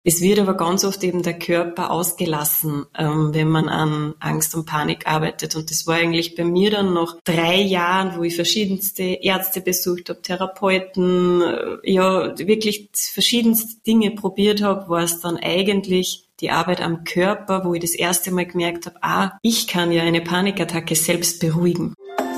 Es wird aber ganz oft eben der Körper ausgelassen, wenn man an Angst und Panik arbeitet. Und das war eigentlich bei mir dann nach 3 Jahren, wo ich verschiedenste Ärzte besucht habe, Therapeuten, wirklich verschiedenste Dinge probiert habe, war es dann eigentlich die Arbeit am Körper, wo ich das erste Mal gemerkt habe, ich kann ja eine Panikattacke selbst beruhigen.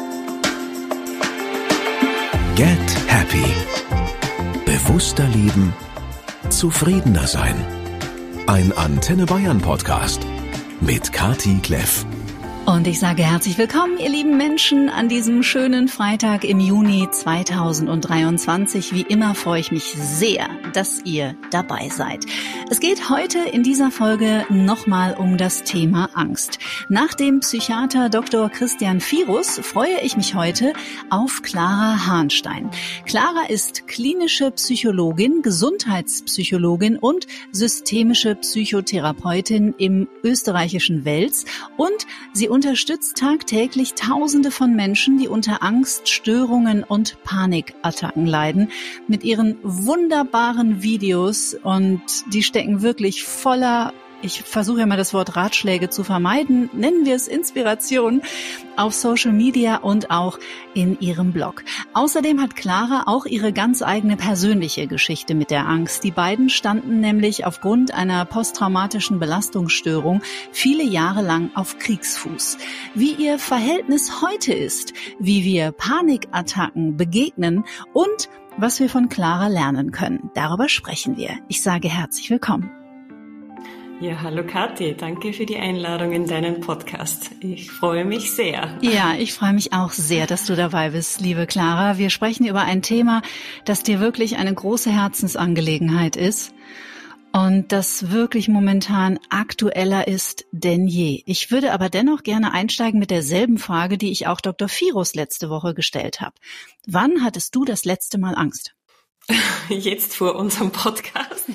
Get Happy. Bewusster leben. Zufriedener sein. Ein Antenne Bayern Podcast mit Kati Kleff. Und ich sage herzlich willkommen, ihr lieben Menschen, an diesem schönen Freitag im Juni 2023. Wie immer freue ich mich sehr, dass ihr dabei seid. Es geht heute in dieser Folge nochmal um das Thema Angst. Nach dem Psychiater Dr. Christian Firus freue ich mich heute auf Clara Hahnstein. Clara ist klinische Psychologin, Gesundheitspsychologin und systemische Psychotherapeutin im österreichischen Wels und sie unterstützt tagtäglich Tausende von Menschen, die unter Angst, Störungen und Panikattacken leiden, mit ihren wunderbaren Videos, und die stecken wirklich voller, ich versuche ja mal das Wort Ratschläge zu vermeiden, nennen wir es Inspiration, auf Social Media und auch in ihrem Blog. Außerdem hat Clara auch ihre ganz eigene persönliche Geschichte mit der Angst. Die beiden standen nämlich aufgrund einer posttraumatischen Belastungsstörung viele Jahre lang auf Kriegsfuß. Wie ihr Verhältnis heute ist, wie wir Panikattacken begegnen und was wir von Clara lernen können, darüber sprechen wir. Ich sage herzlich willkommen. Ja, hallo Kathi, danke für die Einladung in deinen Podcast. Ich freue mich sehr. Ja, ich freue mich auch sehr, dass du dabei bist, liebe Clara. Wir sprechen über ein Thema, das dir wirklich eine große Herzensangelegenheit ist und das wirklich momentan aktueller ist denn je. Ich würde aber dennoch gerne einsteigen mit derselben Frage, die ich auch Dr. Firus letzte Woche gestellt habe. Wann hattest du das letzte Mal Angst? Jetzt vor unserem Podcast.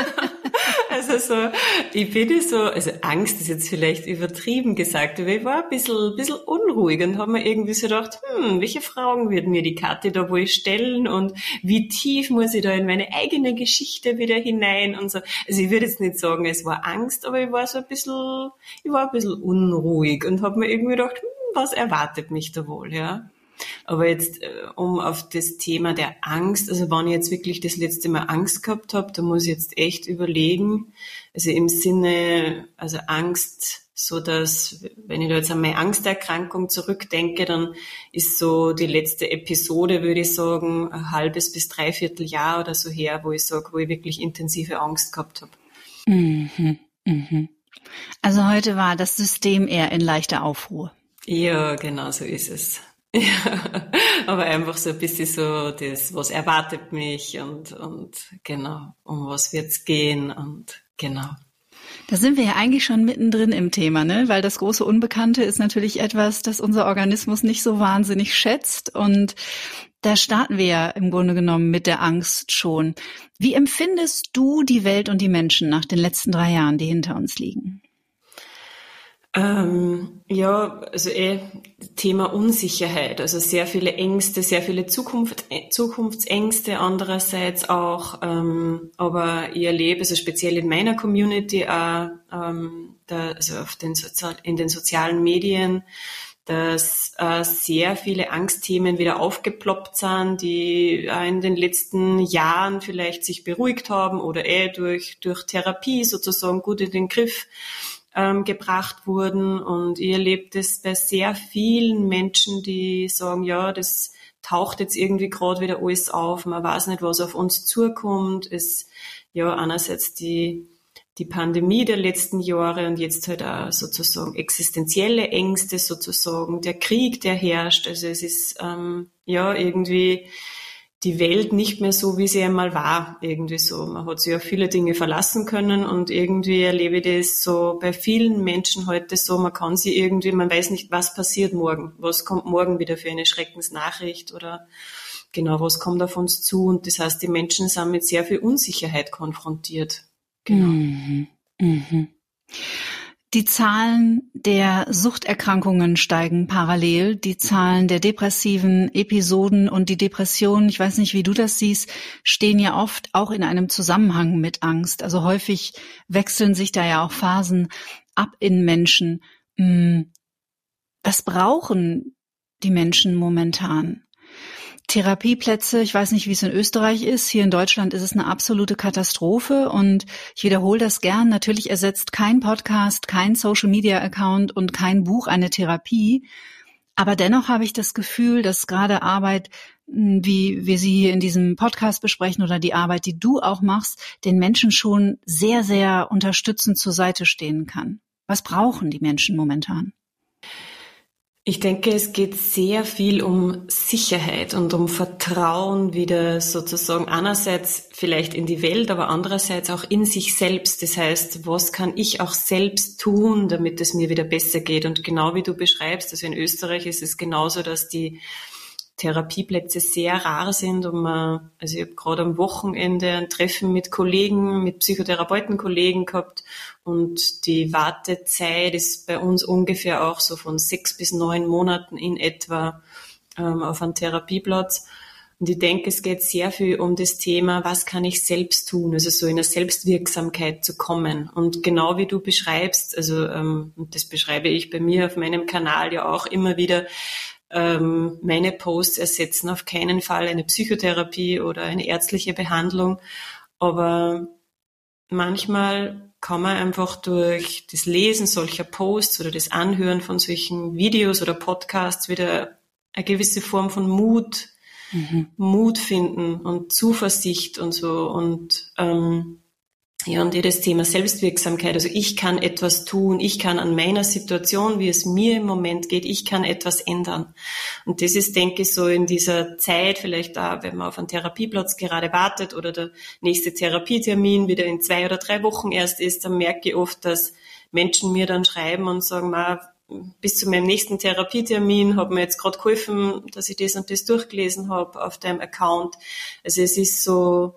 Also Angst ist jetzt vielleicht übertrieben gesagt, aber ich war ein bisschen unruhig und habe mir irgendwie so gedacht, welche Fragen wird mir die Kathi da wohl stellen und wie tief muss ich da in meine eigene Geschichte wieder hinein und so. Also ich würde jetzt nicht sagen, es war Angst, aber ich war ein bisschen unruhig und habe mir irgendwie gedacht, was erwartet mich da wohl, ja. Aber jetzt, um auf das Thema der Angst, also wenn ich jetzt wirklich das letzte Mal Angst gehabt habe, da muss ich jetzt echt überlegen, also im Sinne, also Angst, so dass, wenn ich da jetzt an meine Angsterkrankung zurückdenke, dann ist so die letzte Episode, würde ich sagen, ein halbes bis 3/4 Jahr oder so her, wo ich sage, wo ich wirklich intensive Angst gehabt habe. Mhm, mhm. Also heute war das System eher in leichter Aufruhr. Ja, genau so ist es. Ja, aber einfach so ein bisschen so das, was erwartet mich und genau, um was wird's gehen und genau. Da sind wir ja eigentlich schon mittendrin im Thema, ne? Weil das große Unbekannte ist natürlich etwas, das unser Organismus nicht so wahnsinnig schätzt, und da starten wir ja im Grunde genommen mit der Angst schon. Wie empfindest du die Welt und die Menschen nach den letzten 3 Jahren, die hinter uns liegen? Thema Unsicherheit, also sehr viele Ängste, sehr viele Zukunftsängste andererseits auch, aber ich erlebe, also speziell in meiner Community auch, in den sozialen Medien, dass sehr viele Angstthemen wieder aufgeploppt sind, die in den letzten Jahren vielleicht sich beruhigt haben oder durch Therapie sozusagen gut in den Griff gebracht wurden, und ich erlebe das bei sehr vielen Menschen, die sagen, ja, das taucht jetzt irgendwie gerade wieder alles auf, man weiß nicht, was auf uns zukommt. Es, ja, einerseits die Pandemie der letzten Jahre und jetzt halt auch sozusagen existenzielle Ängste sozusagen, der Krieg, der herrscht, also es ist irgendwie die Welt nicht mehr so, wie sie einmal war, irgendwie so. Man hat sich auf viele Dinge verlassen können, und irgendwie erlebe ich das so bei vielen Menschen heute so, man weiß nicht, was passiert morgen, was kommt morgen wieder für eine Schreckensnachricht oder genau, was kommt auf uns zu, und das heißt, die Menschen sind mit sehr viel Unsicherheit konfrontiert. Genau. Mhm. Mhm. Die Zahlen der Suchterkrankungen steigen parallel, die Zahlen der depressiven Episoden und die Depressionen, ich weiß nicht, wie du das siehst, stehen ja oft auch in einem Zusammenhang mit Angst. Also häufig wechseln sich da ja auch Phasen ab in Menschen. Was brauchen die Menschen momentan? Therapieplätze, ich weiß nicht, wie es in Österreich ist. Hier in Deutschland ist es eine absolute Katastrophe und ich wiederhole das gern. Natürlich ersetzt kein Podcast, kein Social-Media-Account und kein Buch eine Therapie. Aber dennoch habe ich das Gefühl, dass gerade Arbeit, wie wir sie hier in diesem Podcast besprechen oder die Arbeit, die du auch machst, den Menschen schon sehr, sehr unterstützend zur Seite stehen kann. Was brauchen die Menschen momentan? Ich denke, es geht sehr viel um Sicherheit und um Vertrauen wieder sozusagen einerseits vielleicht in die Welt, aber andererseits auch in sich selbst. Das heißt, was kann ich auch selbst tun, damit es mir wieder besser geht? Und genau wie du beschreibst, also in Österreich ist es genauso, dass die Therapieplätze sehr rar sind. Also ich habe gerade am Wochenende ein Treffen mit Kollegen, mit Psychotherapeutenkollegen gehabt und die Wartezeit ist bei uns ungefähr auch so von 6 bis 9 Monaten in etwa auf einem Therapieplatz. Und ich denke, es geht sehr viel um das Thema, was kann ich selbst tun, also so in eine Selbstwirksamkeit zu kommen. Und genau wie du beschreibst, also und das beschreibe ich bei mir auf meinem Kanal ja auch immer wieder, meine Posts ersetzen auf keinen Fall eine Psychotherapie oder eine ärztliche Behandlung. Aber manchmal kann man einfach durch das Lesen solcher Posts oder das Anhören von solchen Videos oder Podcasts wieder eine gewisse Form von Mut finden und Zuversicht und so. Und und das Thema Selbstwirksamkeit, also ich kann etwas tun, ich kann an meiner Situation, wie es mir im Moment geht, ich kann etwas ändern. Und das ist, denke ich, so in dieser Zeit, vielleicht da, wenn man auf einen Therapieplatz gerade wartet oder der nächste Therapietermin wieder in 2 oder 3 Wochen erst ist, dann merke ich oft, dass Menschen mir dann schreiben und sagen, bis zu meinem nächsten Therapietermin hat mir jetzt gerade geholfen, dass ich das und das durchgelesen habe auf deinem Account. Also es ist so,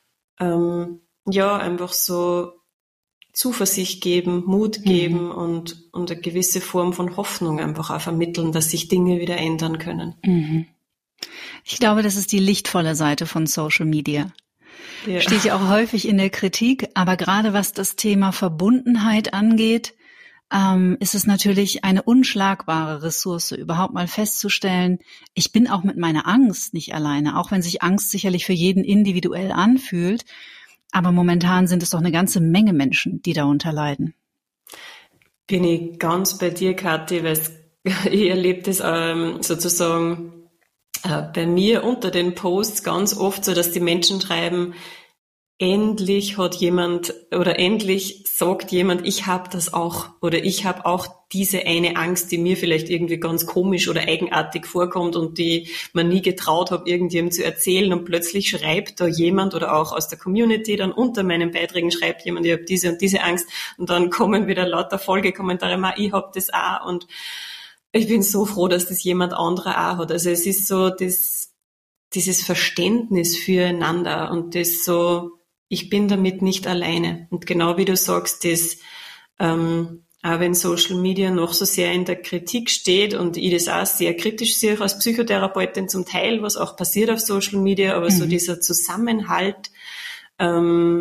einfach so Zuversicht geben, Mut geben und eine gewisse Form von Hoffnung einfach auch vermitteln, dass sich Dinge wieder ändern können. Mhm. Ich glaube, das ist die lichtvolle Seite von Social Media. Ja. Steht ja auch häufig in der Kritik, aber gerade was das Thema Verbundenheit angeht, ist es natürlich eine unschlagbare Ressource, überhaupt mal festzustellen, ich bin auch mit meiner Angst nicht alleine, auch wenn sich Angst sicherlich für jeden individuell anfühlt. Aber momentan sind es doch eine ganze Menge Menschen, die darunter leiden. Bin ich ganz bei dir, Kathi, weil ich erlebe das sozusagen bei mir unter den Posts ganz oft so, dass die Menschen schreiben, endlich hat jemand oder endlich sagt jemand, ich habe das auch oder ich habe auch diese eine Angst, die mir vielleicht irgendwie ganz komisch oder eigenartig vorkommt und die man nie getraut habe, irgendjemandem zu erzählen und plötzlich schreibt da jemand oder auch aus der Community dann unter meinen Beiträgen schreibt jemand, ich habe diese und diese Angst und dann kommen wieder lauter Folgekommentare, ich habe das auch und ich bin so froh, dass das jemand anderer auch hat. Also es ist so dieses Verständnis füreinander und das so, ich bin damit nicht alleine. Und genau wie du sagst, das, auch wenn Social Media noch so sehr in der Kritik steht und ich das auch sehr kritisch sehe, als Psychotherapeutin zum Teil, was auch passiert auf Social Media, aber so dieser Zusammenhalt, das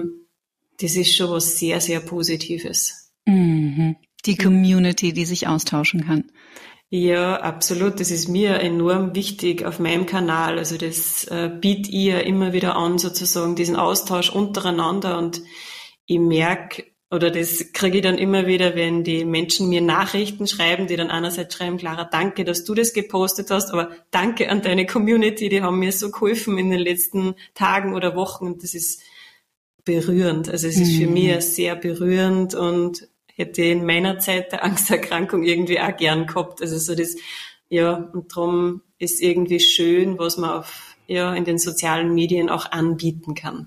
ist schon was sehr, sehr Positives. Die Community, die sich austauschen kann. Ja, absolut. Das ist mir enorm wichtig auf meinem Kanal. Also das biete ich ja immer wieder an, sozusagen diesen Austausch untereinander. Und ich merke, oder das kriege ich dann immer wieder, wenn die Menschen mir Nachrichten schreiben, die dann einerseits schreiben, Clara, danke, dass du das gepostet hast, aber danke an deine Community, die haben mir so geholfen in den letzten Tagen oder Wochen. Und das ist berührend. Also es ist für mich sehr berührend und hätte in meiner Zeit der Angsterkrankung irgendwie auch gern gehabt. Also so das, und darum ist irgendwie schön, was man in den sozialen Medien auch anbieten kann.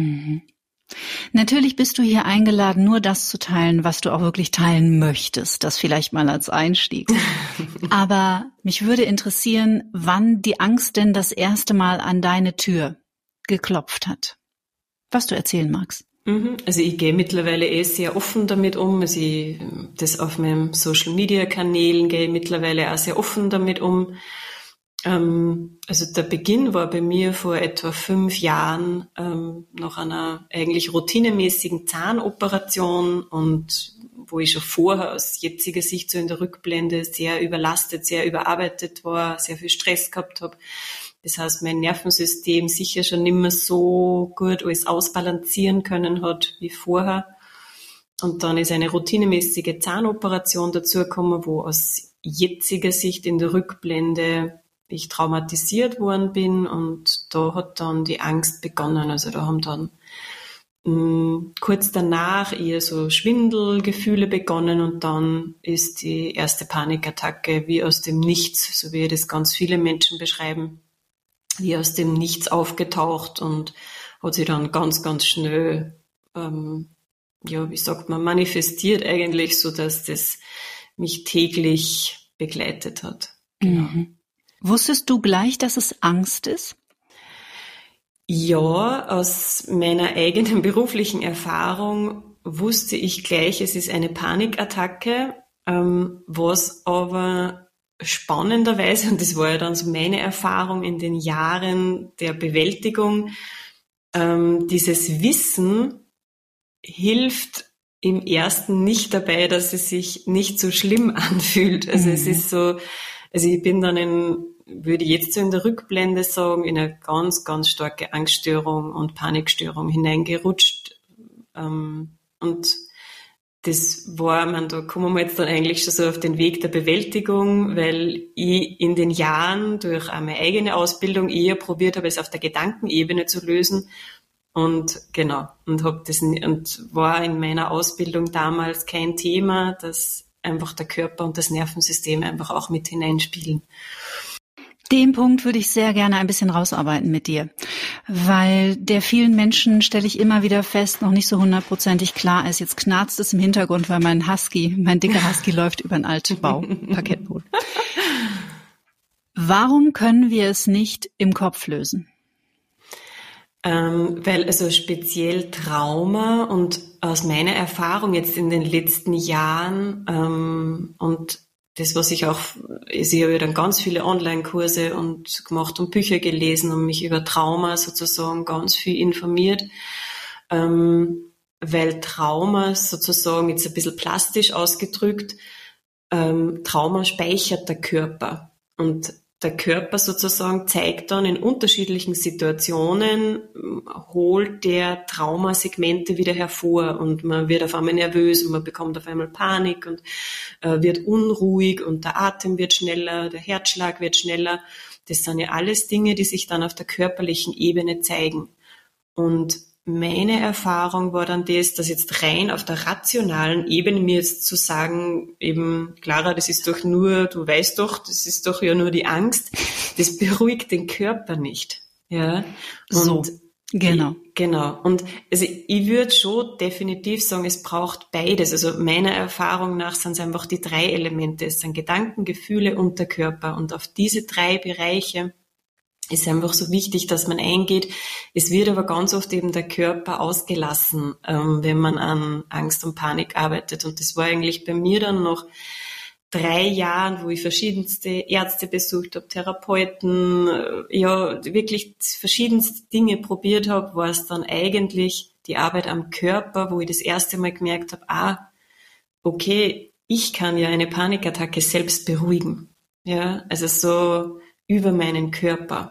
Natürlich bist du hier eingeladen, nur das zu teilen, was du auch wirklich teilen möchtest. Das vielleicht mal als Einstieg. Aber mich würde interessieren, wann die Angst denn das erste Mal an deine Tür geklopft hat. Was du erzählen magst. Also ich gehe mittlerweile sehr offen damit um. Also das auf meinen Social Media Kanälen gehe ich mittlerweile auch sehr offen damit um. Also der Beginn war bei mir vor etwa 5 Jahren nach einer eigentlich routinemäßigen Zahnoperation und wo ich schon vorher aus jetziger Sicht so in der Rückblende sehr überlastet, sehr überarbeitet war, sehr viel Stress gehabt habe. Das heißt, mein Nervensystem sicher schon nicht mehr so gut alles ausbalancieren können hat wie vorher. Und dann ist eine routinemäßige Zahnoperation dazugekommen, wo aus jetziger Sicht in der Rückblende ich traumatisiert worden bin und da hat dann die Angst begonnen. Also da haben dann kurz danach eher so Schwindelgefühle begonnen und dann ist die erste Panikattacke wie aus dem Nichts, so wie das ganz viele Menschen beschreiben, wie aus dem Nichts aufgetaucht und hat sich dann ganz, ganz schnell, wie sagt man, manifestiert eigentlich, so dass das mich täglich begleitet hat. Genau. Wusstest du gleich, dass es Angst ist? Ja, aus meiner eigenen beruflichen Erfahrung wusste ich gleich, es ist eine Panikattacke, was aber spannenderweise, und das war ja dann so meine Erfahrung in den Jahren der Bewältigung, dieses Wissen hilft im ersten nicht dabei, dass es sich nicht so schlimm anfühlt. Also es ist so, also ich bin dann würde ich jetzt so in der Rückblende sagen, in eine ganz, ganz starke Angststörung und Panikstörung hineingerutscht. Und das war, da kommen wir jetzt dann eigentlich schon so auf den Weg der Bewältigung, weil ich in den Jahren durch meine eigene Ausbildung eher probiert habe, es auf der Gedankenebene zu lösen. Und genau, und war in meiner Ausbildung damals kein Thema, dass einfach der Körper und das Nervensystem einfach auch mit hineinspielen. Den Punkt würde ich sehr gerne ein bisschen rausarbeiten mit dir, weil der vielen Menschen, stelle ich immer wieder fest, noch nicht so 100% klar ist. Jetzt knarzt es im Hintergrund, weil mein dicker Husky läuft über ein Altbau-Parkettboden. Warum können wir es nicht im Kopf lösen? Weil also speziell Trauma und aus meiner Erfahrung jetzt in den letzten Jahren und das, was ich habe ja dann ganz viele Online-Kurse und gemacht und Bücher gelesen und mich über Trauma sozusagen ganz viel informiert, weil Trauma sozusagen jetzt ein bisschen plastisch ausgedrückt, Trauma speichert der Körper und der Körper sozusagen zeigt dann in unterschiedlichen Situationen, holt der Traumasegmente wieder hervor und man wird auf einmal nervös und man bekommt auf einmal Panik und wird unruhig und der Atem wird schneller, der Herzschlag wird schneller. Das sind ja alles Dinge, die sich dann auf der körperlichen Ebene zeigen. Und meine Erfahrung war dann das, dass jetzt rein auf der rationalen Ebene mir jetzt zu sagen, eben, Clara, das ist doch nur, du weißt doch, das ist doch ja nur die Angst, das beruhigt den Körper nicht. Ja. Und so, genau. Genau. Und also ich würde schon definitiv sagen, es braucht beides. Also meiner Erfahrung nach sind es einfach die 3 Elemente. Es sind Gedanken, Gefühle und der Körper. Und auf diese 3 Bereiche ist einfach so wichtig, dass man eingeht. Es wird aber ganz oft eben der Körper ausgelassen, wenn man an Angst und Panik arbeitet. Und das war eigentlich bei mir dann noch 3 Jahren, wo ich verschiedenste Ärzte besucht habe, Therapeuten, ja wirklich verschiedenste Dinge probiert habe, war es dann eigentlich die Arbeit am Körper, wo ich das erste Mal gemerkt habe, okay, ich kann ja eine Panikattacke selbst beruhigen. Ja, also so über meinen Körper.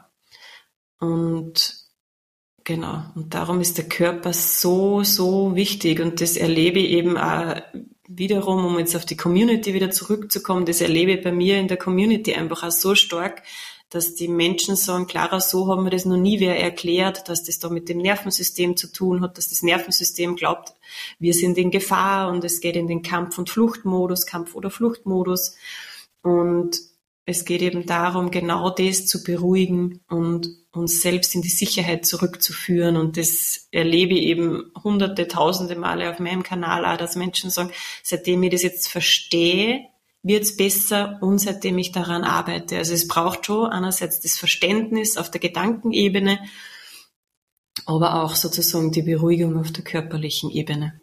Und genau, und darum ist der Körper so, so wichtig und das erlebe ich eben auch wiederum, um jetzt auf die Community wieder zurückzukommen, das erlebe ich bei mir in der Community einfach auch so stark, dass die Menschen sagen, Clara, so haben wir das noch nie wer erklärt, dass das da mit dem Nervensystem zu tun hat, dass das Nervensystem glaubt, wir sind in Gefahr und es geht in den Kampf- und Fluchtmodus, Kampf- oder Fluchtmodus und es geht eben darum, genau das zu beruhigen und uns selbst in die Sicherheit zurückzuführen. Und das erlebe ich eben hunderte, tausende Male auf meinem Kanal auch, dass Menschen sagen, seitdem ich das jetzt verstehe, wird's besser und seitdem ich daran arbeite. Also es braucht schon einerseits das Verständnis auf der Gedankenebene aber auch sozusagen die Beruhigung auf der körperlichen Ebene.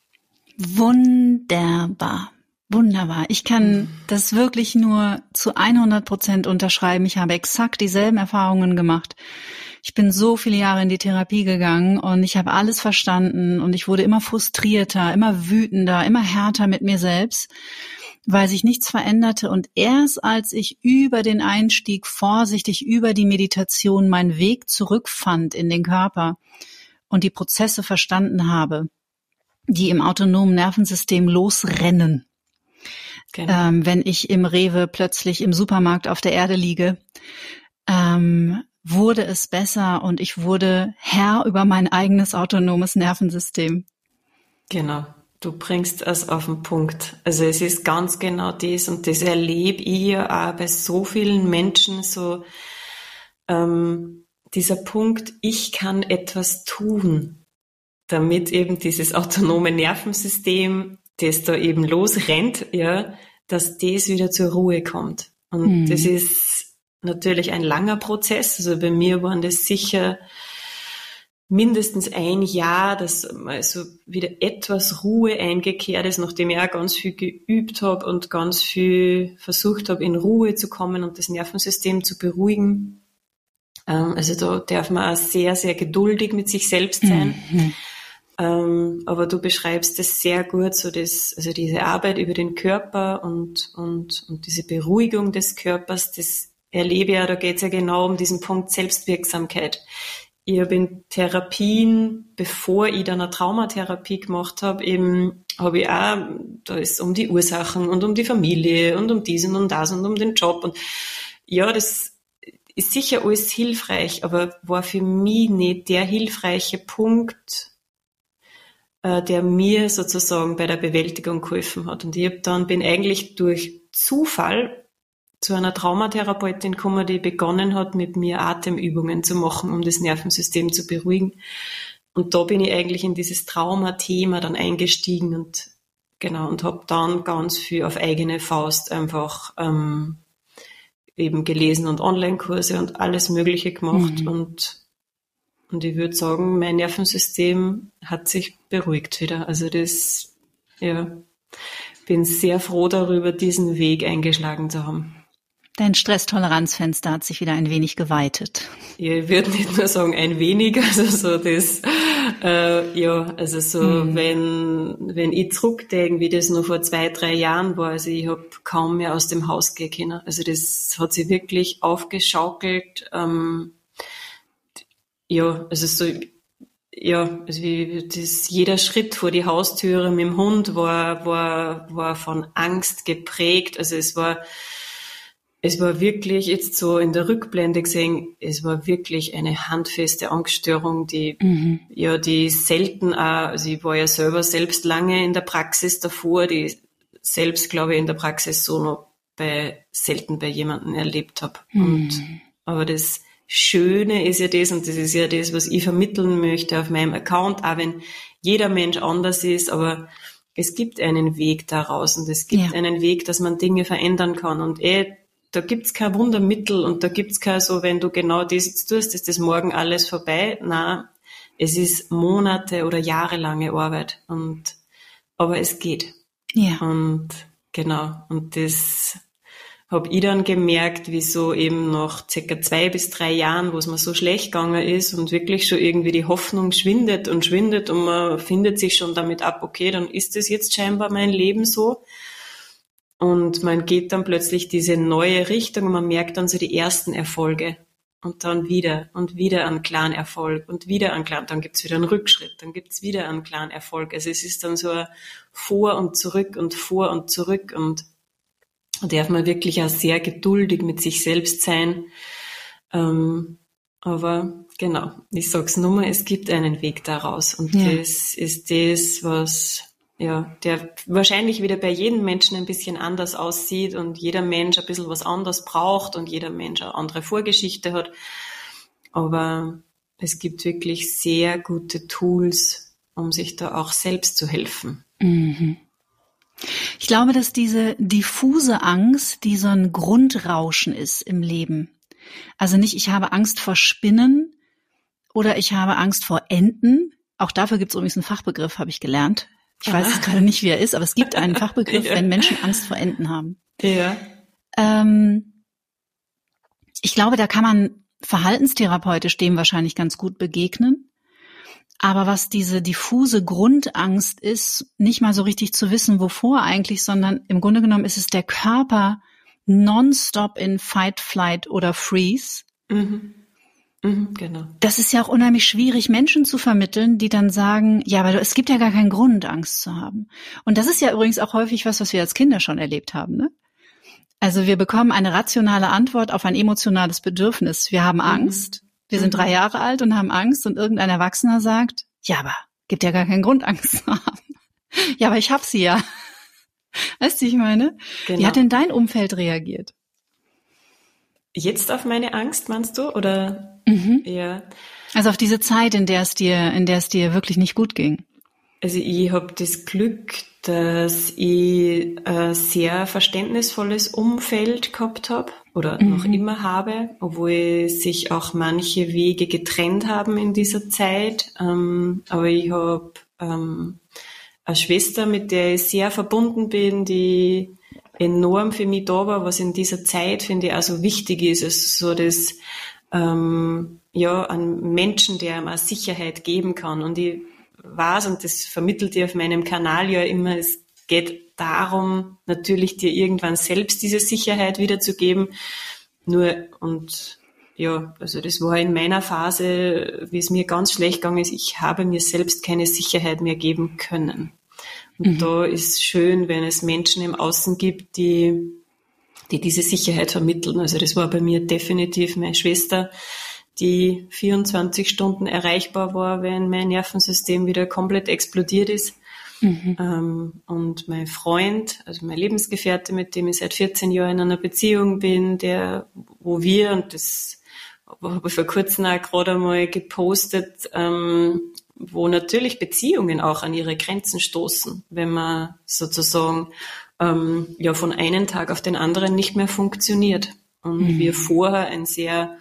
Wunderbar. Wunderbar. Ich kann das wirklich nur zu 100% unterschreiben. Ich habe exakt dieselben Erfahrungen gemacht. Ich bin so viele Jahre in die Therapie gegangen und ich habe alles verstanden und ich wurde immer frustrierter, immer wütender, immer härter mit mir selbst, weil sich nichts veränderte. Und erst als ich über den Einstieg vorsichtig über die Meditation meinen Weg zurückfand in den Körper und die Prozesse verstanden habe, die im autonomen Nervensystem losrennen, genau. Wenn ich im Rewe plötzlich im Supermarkt auf der Erde liege, wurde es besser und ich wurde Herr über mein eigenes autonomes Nervensystem. Genau, du bringst es auf den Punkt. Also es ist ganz genau das und das erlebe ich ja auch bei so vielen Menschen, so dieser Punkt, ich kann etwas tun, damit eben dieses autonome Nervensystem, das da eben losrennt, ja, dass das wieder zur Ruhe kommt. Und das ist natürlich ein langer Prozess. Also bei mir waren das sicher mindestens ein Jahr, dass also wieder etwas Ruhe eingekehrt ist, nachdem ich auch ganz viel geübt habe und ganz viel versucht habe, in Ruhe zu kommen und das Nervensystem zu beruhigen. Also da darf man auch sehr, sehr geduldig mit sich selbst sein. Aber du beschreibst das sehr gut, so also diese Arbeit über den Körper und diese Beruhigung des Körpers, das erlebe ich ja, da geht es ja genau um diesen Punkt Selbstwirksamkeit. Ich habe in Therapien, bevor ich dann eine Traumatherapie gemacht habe, habe ich auch, da ist um die Ursachen und um die Familie und um dies und um das und um den Job und ja, das ist sicher alles hilfreich, aber war für mich nicht der hilfreiche Punkt, der mir sozusagen bei der Bewältigung geholfen hat. Und ich bin eigentlich durch Zufall zu einer Traumatherapeutin gekommen, die begonnen hat, mit mir Atemübungen zu machen, um das Nervensystem zu beruhigen. Und da bin ich eigentlich in dieses Traumathema dann eingestiegen und habe dann ganz viel auf eigene Faust einfach eben gelesen und Online-Kurse und alles Mögliche gemacht und ich würde sagen, mein Nervensystem hat sich beruhigt wieder. Also bin sehr froh darüber, diesen Weg eingeschlagen zu haben. Dein Stresstoleranzfenster hat sich wieder ein wenig geweitet. Ja, ich würde nicht nur sagen ein wenig, also so das, wenn ich zurückdenke, wie das noch vor 2-3 Jahren war, also ich habe kaum mehr aus dem Haus gehen können. Also das hat sich wirklich aufgeschaukelt, jeder Schritt vor die Haustüre mit dem Hund war von Angst geprägt. Also es war wirklich jetzt so in der Rückblende gesehen, es war wirklich eine handfeste Angststörung, die selten auch, also ich war ja selber selbst lange in der Praxis davor, die selbst, glaube ich, in der Praxis so noch selten bei jemandem erlebt habe. Aber das Schöne ist ja das, und das ist ja das, was ich vermitteln möchte auf meinem Account, auch wenn jeder Mensch anders ist, aber es gibt einen Weg daraus und es gibt einen Weg, dass man Dinge verändern kann und da gibt's kein Wundermittel und da gibt's kein so, wenn du genau das jetzt tust, ist das morgen alles vorbei. Nein, es ist Monate oder jahrelange Arbeit aber es geht. Ja. Und das habe ich dann gemerkt, wieso eben nach ca. 2 bis 3 Jahren, wo es mir so schlecht gegangen ist und wirklich schon irgendwie die Hoffnung schwindet und man findet sich schon damit ab, okay, dann ist das jetzt scheinbar mein Leben so. Und man geht dann plötzlich diese neue Richtung und man merkt dann so die ersten Erfolge. Und dann wieder und wieder einen klaren Erfolg und wieder einen klaren, dann gibt's wieder einen Rückschritt, dann gibt's wieder einen klaren Erfolg. Also es ist dann so ein Vor und Zurück und Vor und Zurück und da darf man wirklich auch sehr geduldig mit sich selbst sein. Aber genau, ich sag's nur mal, es gibt einen Weg daraus. Und das ist das, was der wahrscheinlich wieder bei jedem Menschen ein bisschen anders aussieht und jeder Mensch ein bisschen was anderes braucht und jeder Mensch eine andere Vorgeschichte hat. Aber es gibt wirklich sehr gute Tools, um sich da auch selbst zu helfen. Mhm. Ich glaube, dass diese diffuse Angst, die so ein Grundrauschen ist im Leben. Also nicht, ich habe Angst vor Spinnen oder ich habe Angst vor Enten. Auch dafür gibt es übrigens einen Fachbegriff, habe ich gelernt. Ich weiß jetzt gerade nicht, wie er ist, aber es gibt einen Fachbegriff, wenn Menschen Angst vor Enten haben. Ja. Ich glaube, da kann man verhaltenstherapeutisch dem wahrscheinlich ganz gut begegnen. Aber was diese diffuse Grundangst ist, nicht mal so richtig zu wissen, wovor eigentlich, sondern im Grunde genommen ist es der Körper nonstop in Fight, Flight oder Freeze. Genau. Das ist ja auch unheimlich schwierig, Menschen zu vermitteln, die dann sagen, ja, aber es gibt ja gar keinen Grund, Angst zu haben. Und das ist ja übrigens auch häufig was wir als Kinder schon erlebt haben, ne? Also wir bekommen eine rationale Antwort auf ein emotionales Bedürfnis. Wir haben Angst, wir sind 3 Jahre alt und haben Angst und irgendein Erwachsener sagt, ja, aber gibt ja gar keinen Grund, Angst zu haben. Ja, aber ich hab sie ja. Weißt du, wie ich meine? Genau. Wie hat denn dein Umfeld reagiert? Jetzt auf meine Angst, meinst du? Oder? Ja. Also auf diese Zeit, in der es dir wirklich nicht gut ging. Also ich habe das Glück, dass ich ein sehr verständnisvolles Umfeld gehabt habe oder noch immer habe, obwohl sich auch manche Wege getrennt haben in dieser Zeit. Aber ich habe eine Schwester, mit der ich sehr verbunden bin, die enorm für mich da war, was in dieser Zeit, finde ich, auch so wichtig ist. Also so das, an Menschen, der einem auch Sicherheit geben kann. Und ich weiß, und das vermittelt ihr auf meinem Kanal ja immer, es geht darum, natürlich dir irgendwann selbst diese Sicherheit wiederzugeben. Also das war in meiner Phase, wie es mir ganz schlecht gegangen ist, ich habe mir selbst keine Sicherheit mehr geben können. Und da ist schön, wenn es Menschen im Außen gibt, die diese Sicherheit vermitteln. Also das war bei mir definitiv meine Schwester, die 24 Stunden erreichbar war, wenn mein Nervensystem wieder komplett explodiert ist. Und mein Freund, also mein Lebensgefährte, mit dem ich seit 14 Jahren in einer Beziehung bin, und das habe ich vor kurzem auch gerade einmal gepostet, wo natürlich Beziehungen auch an ihre Grenzen stoßen, wenn man sozusagen von einem Tag auf den anderen nicht mehr funktioniert. Und wir vorher ein sehr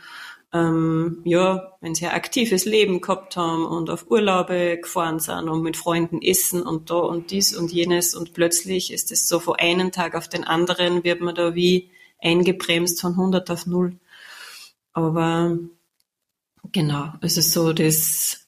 aktives Leben gehabt haben und auf Urlaube gefahren sind und mit Freunden essen und da und dies und jenes, und plötzlich ist es so, von einem Tag auf den anderen wird man da wie eingebremst von 100 auf 0. Aber genau, also so das,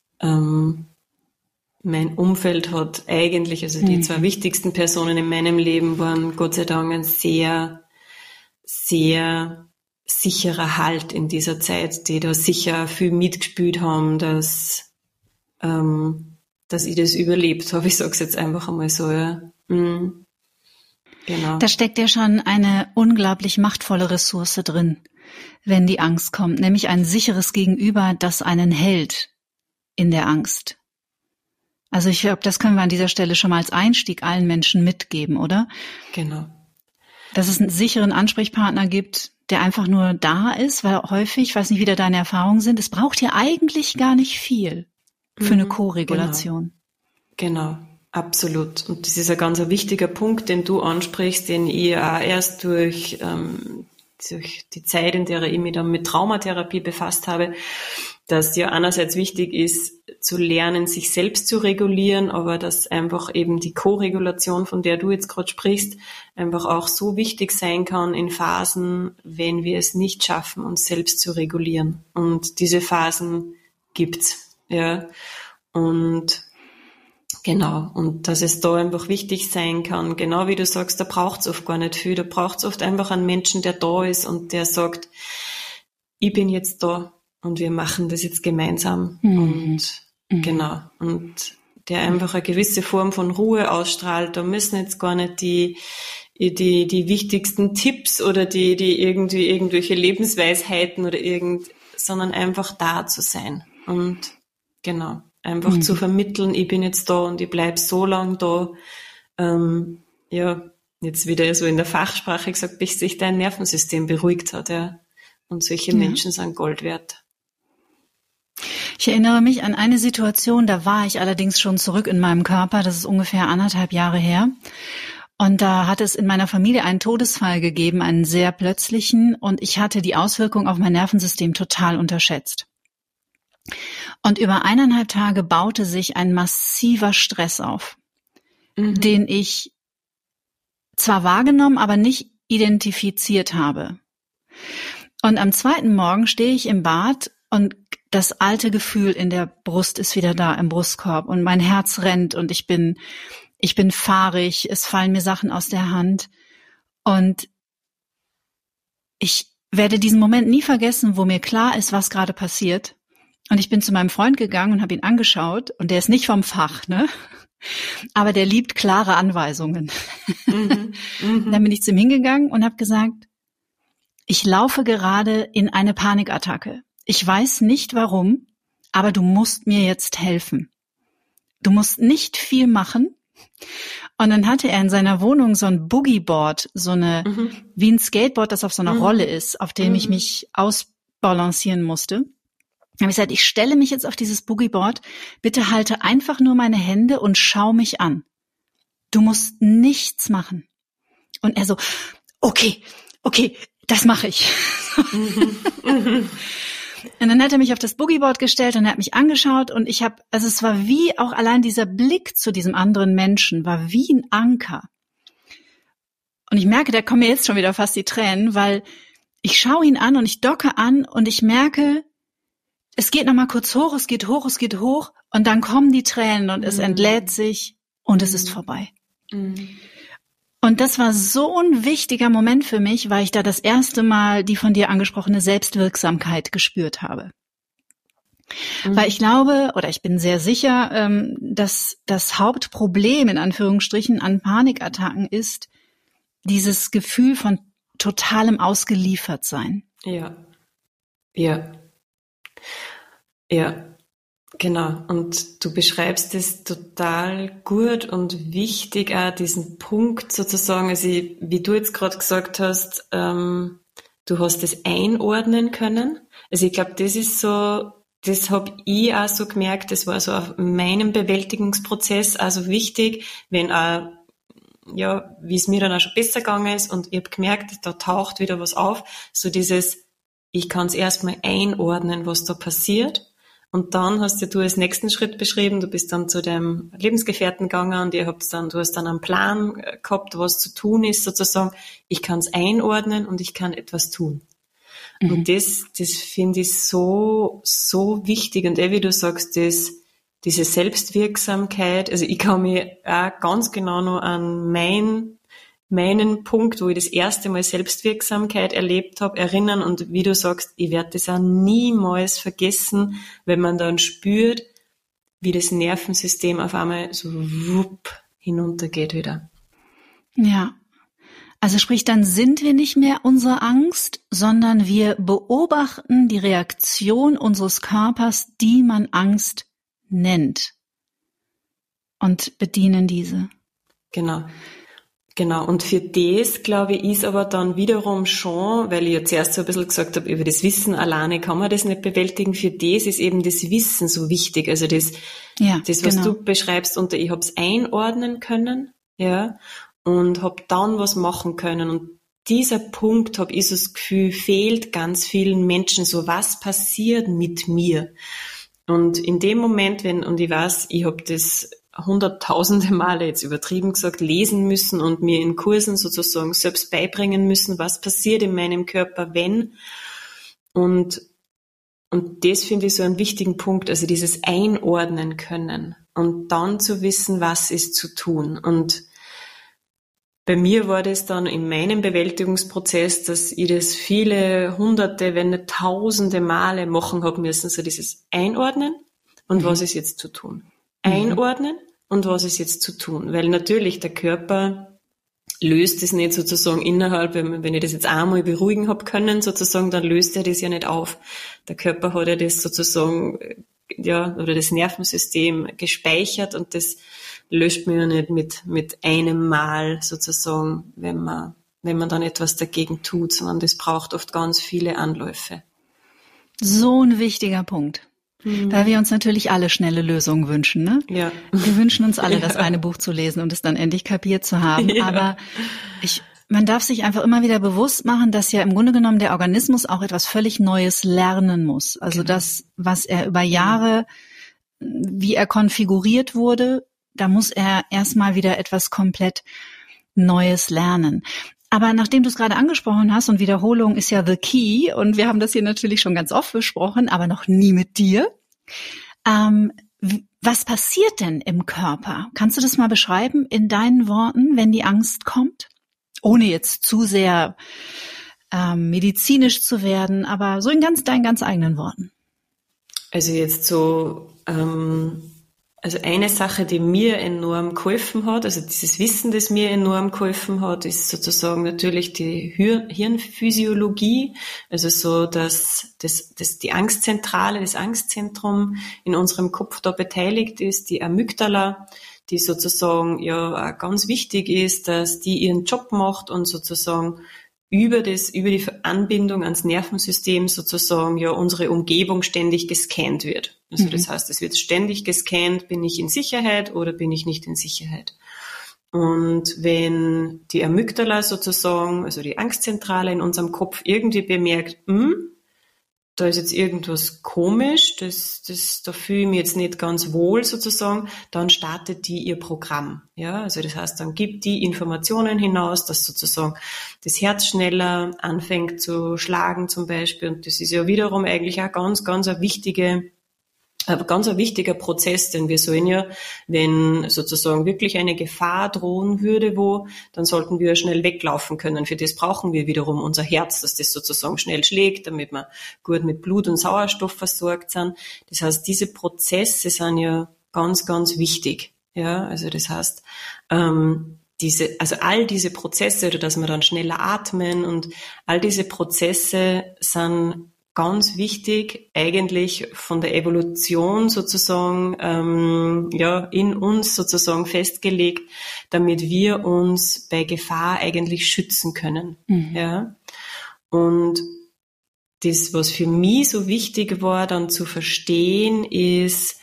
mein Umfeld hat eigentlich, also die 2 wichtigsten Personen in meinem Leben waren Gott sei Dank ein sehr, sehr sicherer Halt in dieser Zeit, die da sicher viel mitgespielt haben, dass ich das überlebt habe. Ich sag's jetzt einfach einmal so, ja. Genau. Da steckt ja schon eine unglaublich machtvolle Ressource drin, wenn die Angst kommt, nämlich ein sicheres Gegenüber, das einen hält in der Angst. Also ich glaube, das können wir an dieser Stelle schon mal als Einstieg allen Menschen mitgeben, oder? Genau. Dass es einen sicheren Ansprechpartner gibt, der einfach nur da ist, weil häufig, ich weiß nicht, wie da deine Erfahrungen sind, es braucht ja eigentlich gar nicht viel für eine Co-Regulation. Genau, absolut. Und das ist ein ganz wichtiger Punkt, den du ansprichst, den ich auch erst durch die Zeit, in der ich mich dann mit Traumatherapie befasst habe, dass ja einerseits wichtig ist, zu lernen, sich selbst zu regulieren, aber dass einfach eben die Co-Regulation, von der du jetzt gerade sprichst, einfach auch so wichtig sein kann in Phasen, wenn wir es nicht schaffen, uns selbst zu regulieren. Und diese Phasen gibt's, ja. Und genau, und dass es da einfach wichtig sein kann, genau wie du sagst, da braucht's oft gar nicht viel, da braucht's oft einfach einen Menschen, der da ist und der sagt, ich bin jetzt da und wir machen das jetzt gemeinsam. Und genau, und der einfach eine gewisse Form von Ruhe ausstrahlt. Da müssen jetzt gar nicht die wichtigsten Tipps oder die irgendwelche Lebensweisheiten oder sondern einfach da zu sein. Und genau, einfach zu vermitteln, ich bin jetzt da und ich bleib so lang da. Jetzt wieder so in der Fachsprache gesagt, bis sich dein Nervensystem beruhigt hat, ja. Und solche Menschen sind Gold wert. Ich erinnere mich an eine Situation, da war ich allerdings schon zurück in meinem Körper, das ist ungefähr 1,5 Jahre her. Und da hat es in meiner Familie einen Todesfall gegeben, einen sehr plötzlichen, und ich hatte die Auswirkung auf mein Nervensystem total unterschätzt. Und über 1,5 Tage baute sich ein massiver Stress auf, den ich zwar wahrgenommen, aber nicht identifiziert habe. Und am 2. Morgen stehe ich im Bad und das alte Gefühl in der Brust ist wieder da, im Brustkorb, und mein Herz rennt und ich bin fahrig, es fallen mir Sachen aus der Hand, und ich werde diesen Moment nie vergessen, wo mir klar ist, was gerade passiert. Und ich bin zu meinem Freund gegangen und habe ihn angeschaut, und der ist nicht vom Fach, ne? Aber der liebt klare Anweisungen. Dann bin ich zu ihm hingegangen und habe gesagt, ich laufe gerade in eine Panikattacke. Ich weiß nicht warum, aber du musst mir jetzt helfen. Du musst nicht viel machen. Und dann hatte er in seiner Wohnung so ein Boogieboard, wie ein Skateboard, das auf so einer Rolle ist, auf dem ich mich ausbalancieren musste. Dann habe ich gesagt, ich stelle mich jetzt auf dieses Boogieboard, bitte halte einfach nur meine Hände und schau mich an. Du musst nichts machen. Und er so, okay, das mache ich. Und dann hat er mich auf das Boogieboard gestellt und er hat mich angeschaut, und es war wie auch allein dieser Blick zu diesem anderen Menschen, war wie ein Anker. Und ich merke, da kommen mir jetzt schon wieder fast die Tränen, weil ich schaue ihn an und ich docke an und ich merke, es geht nochmal kurz hoch, es geht hoch und dann kommen die Tränen und es entlädt sich und es ist vorbei. Und das war so ein wichtiger Moment für mich, weil ich da das erste Mal die von dir angesprochene Selbstwirksamkeit gespürt habe. Weil ich glaube, oder ich bin sehr sicher, dass das Hauptproblem in Anführungsstrichen an Panikattacken ist dieses Gefühl von totalem Ausgeliefertsein. Ja, genau. Und du beschreibst es total gut und wichtig, auch diesen Punkt sozusagen, also wie du jetzt gerade gesagt hast, du hast es einordnen können. Also ich glaube, das ist so, das habe ich auch so gemerkt, das war so auf meinem Bewältigungsprozess also wichtig, wenn auch, ja, wie es mir dann auch schon besser gegangen ist, und ich habe gemerkt, da taucht wieder was auf, so dieses, ich kann es erstmal einordnen, was da passiert. Und dann hast du als nächsten Schritt beschrieben, du bist dann zu deinem Lebensgefährten gegangen und du hast dann einen Plan gehabt, was zu tun ist, sozusagen. Ich kann es einordnen und ich kann etwas tun. Und das finde ich so wichtig. Und wie du sagst, diese Selbstwirksamkeit, also ich kann mich auch ganz genau noch an meinen Punkt, wo ich das erste Mal Selbstwirksamkeit erlebt habe, erinnern, und wie du sagst, ich werde das auch niemals vergessen, wenn man dann spürt, wie das Nervensystem auf einmal so wupp hinuntergeht wieder. Ja, also sprich, dann sind wir nicht mehr unsere Angst, sondern wir beobachten die Reaktion unseres Körpers, die man Angst nennt, und bedienen diese. Genau, und für das, glaube ich, ist aber dann wiederum schon, weil ich ja zuerst so ein bisschen gesagt habe, über das Wissen alleine kann man das nicht bewältigen, für das ist eben das Wissen so wichtig, also das was du beschreibst, und ich habe es einordnen können, ja, und habe dann was machen können, und dieser Punkt, habe ich so das Gefühl, fehlt ganz vielen Menschen, so was passiert mit mir. Und in dem Moment, und ich weiß, ich habe das hunderttausende Male, jetzt übertrieben gesagt, lesen müssen und mir in Kursen sozusagen selbst beibringen müssen, was passiert in meinem Körper, wenn. Und das finde ich so einen wichtigen Punkt, also dieses Einordnen können und dann zu wissen, was ist zu tun. Und bei mir war das dann in meinem Bewältigungsprozess, dass ich das viele hunderte, wenn nicht tausende Male machen habe müssen, so dieses Einordnen und was ist jetzt zu tun. Einordnen und was ist jetzt zu tun. Weil natürlich der Körper löst es nicht sozusagen innerhalb, wenn ich das jetzt einmal beruhigen habe können, sozusagen, dann löst er das ja nicht auf. Der Körper hat ja das sozusagen, ja, oder das Nervensystem gespeichert, und das löscht man ja nicht mit einem Mal sozusagen, wenn man dann etwas dagegen tut, sondern das braucht oft ganz viele Anläufe. So ein wichtiger Punkt. Weil wir uns natürlich alle schnelle Lösungen wünschen, ne? Ja. Wir wünschen uns alle, das eine Buch zu lesen und es dann endlich kapiert zu haben. Ja. Aber man darf sich einfach immer wieder bewusst machen, dass ja im Grunde genommen der Organismus auch etwas völlig Neues lernen muss. Also das, was er über Jahre, wie er konfiguriert wurde, da muss er erstmal wieder etwas komplett Neues lernen. Aber nachdem du es gerade angesprochen hast, und Wiederholung ist ja the key, und wir haben das hier natürlich schon ganz oft besprochen, aber noch nie mit dir. Was passiert denn im Körper? Kannst du das mal beschreiben in deinen Worten, wenn die Angst kommt? Ohne jetzt zu sehr medizinisch zu werden, aber so in deinen ganz eigenen Worten. Also jetzt so, also eine Sache, die mir enorm geholfen hat, also dieses Wissen, das mir enorm geholfen hat, ist sozusagen natürlich die Hirnphysiologie, also so, dass die Angstzentrale, das Angstzentrum in unserem Kopf da beteiligt ist, die Amygdala, die sozusagen ja auch ganz wichtig ist, dass die ihren Job macht und sozusagen über die Anbindung ans Nervensystem sozusagen ja unsere Umgebung ständig gescannt wird. Also das heißt, es wird ständig gescannt, bin ich in Sicherheit oder bin ich nicht in Sicherheit. Und wenn die Amygdala sozusagen, also die Angstzentrale in unserem Kopf irgendwie bemerkt, da ist jetzt irgendwas komisch, da fühle ich mich jetzt nicht ganz wohl sozusagen, dann startet die ihr Programm. Ja, also das heißt, dann gibt die Informationen hinaus, dass sozusagen das Herz schneller anfängt zu schlagen zum Beispiel. Und das ist ja wiederum eigentlich auch ganz ein wichtiger Prozess, denn wir sollen ja, wenn sozusagen wirklich eine Gefahr drohen würde, dann sollten wir schnell weglaufen können. Für das brauchen wir wiederum unser Herz, dass das sozusagen schnell schlägt, damit wir gut mit Blut und Sauerstoff versorgt sind. Das heißt, diese Prozesse sind ja ganz, ganz wichtig. Ja, also das heißt, all diese Prozesse, oder dass wir dann schneller atmen, und all diese Prozesse sind ganz wichtig, eigentlich von der Evolution sozusagen, in uns sozusagen festgelegt, damit wir uns bei Gefahr eigentlich schützen können. Ja. Und das, was für mich so wichtig war, dann zu verstehen, ist,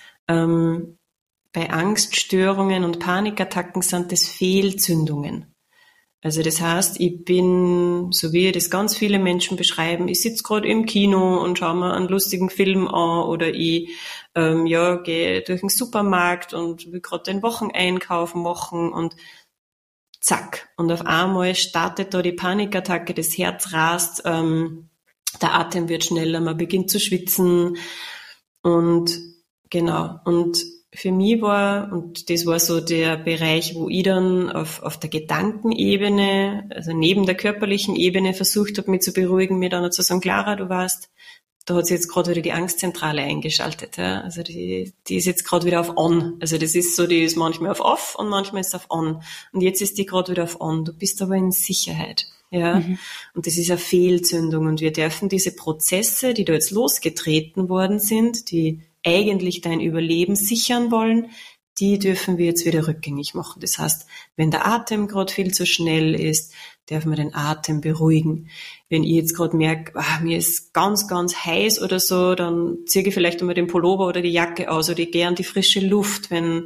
bei Angststörungen und Panikattacken sind das Fehlzündungen. Also das heißt, ich bin, so wie das ganz viele Menschen beschreiben, ich sitze gerade im Kino und schaue mir einen lustigen Film an, oder ich gehe durch den Supermarkt und will gerade den Wocheneinkauf machen, und zack. Und auf einmal startet da die Panikattacke, das Herz rast, der Atem wird schneller, man beginnt zu schwitzen, und genau. Und für mich und das war so der Bereich, wo ich dann auf der Gedankenebene, also neben der körperlichen Ebene, versucht habe, mich zu beruhigen, mir dann zu sagen, Clara, du weißt, da hat sich jetzt gerade wieder die Angstzentrale eingeschaltet. Ja? Also die ist jetzt gerade wieder auf On. Also das ist so, die ist manchmal auf Off und manchmal ist auf On. Und jetzt ist die gerade wieder auf On. Du bist aber in Sicherheit. Ja, und das ist eine Fehlzündung, und wir dürfen diese Prozesse, die da jetzt losgetreten worden sind, die eigentlich dein Überleben sichern wollen, die dürfen wir jetzt wieder rückgängig machen. Das heißt, wenn der Atem gerade viel zu schnell ist, dürfen wir den Atem beruhigen. Wenn ich jetzt gerade merke, mir ist ganz, ganz heiß oder so, dann ziehe ich vielleicht einmal den Pullover oder die Jacke aus, oder ich gehe an die frische Luft, wenn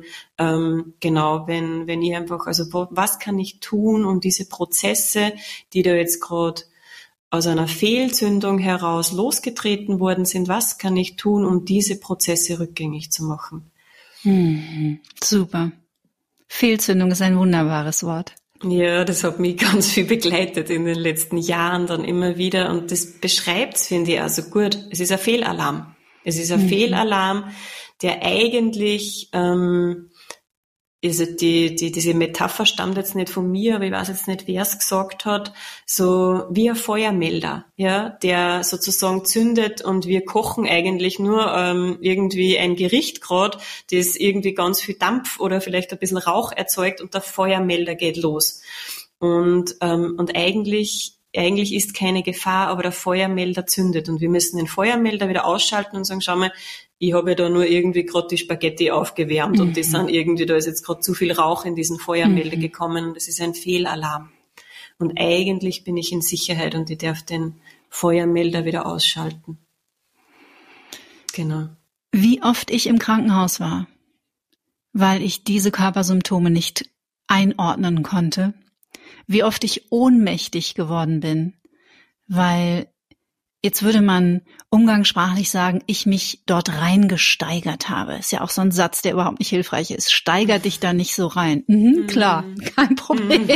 ich einfach, also was kann ich tun, um diese Prozesse, die da jetzt gerade aus einer Fehlzündung heraus losgetreten worden sind, was kann ich tun, um diese Prozesse rückgängig zu machen? Super. Fehlzündung ist ein wunderbares Wort. Ja, das hat mich ganz viel begleitet in den letzten Jahren dann immer wieder, und das beschreibt's, finde ich, also gut. Es ist ein Fehlalarm. Es ist ein Fehlalarm, der eigentlich, also diese Metapher stammt jetzt nicht von mir, aber ich weiß jetzt nicht, wer es gesagt hat, so wie ein Feuermelder, ja, der sozusagen zündet, und wir kochen eigentlich nur irgendwie ein Gericht gerade, das irgendwie ganz viel Dampf oder vielleicht ein bisschen Rauch erzeugt, und der Feuermelder geht los. Und eigentlich ist keine Gefahr, aber der Feuermelder zündet, und wir müssen den Feuermelder wieder ausschalten und sagen, schau mal, ich habe ja da nur irgendwie gerade die Spaghetti aufgewärmt, und das sind irgendwie, da ist jetzt gerade zu viel Rauch in diesen Feuermelder gekommen, und das ist ein Fehlalarm. Und eigentlich bin ich in Sicherheit, und ich darf den Feuermelder wieder ausschalten. Genau. Wie oft ich im Krankenhaus war, weil ich diese Körpersymptome nicht einordnen konnte. wie oft ich ohnmächtig geworden bin, weil jetzt würde man umgangssprachlich sagen, ich mich dort reingesteigert habe. Ist ja auch so ein Satz, der überhaupt nicht hilfreich ist. Steiger dich da nicht so rein. Klar, kein Problem.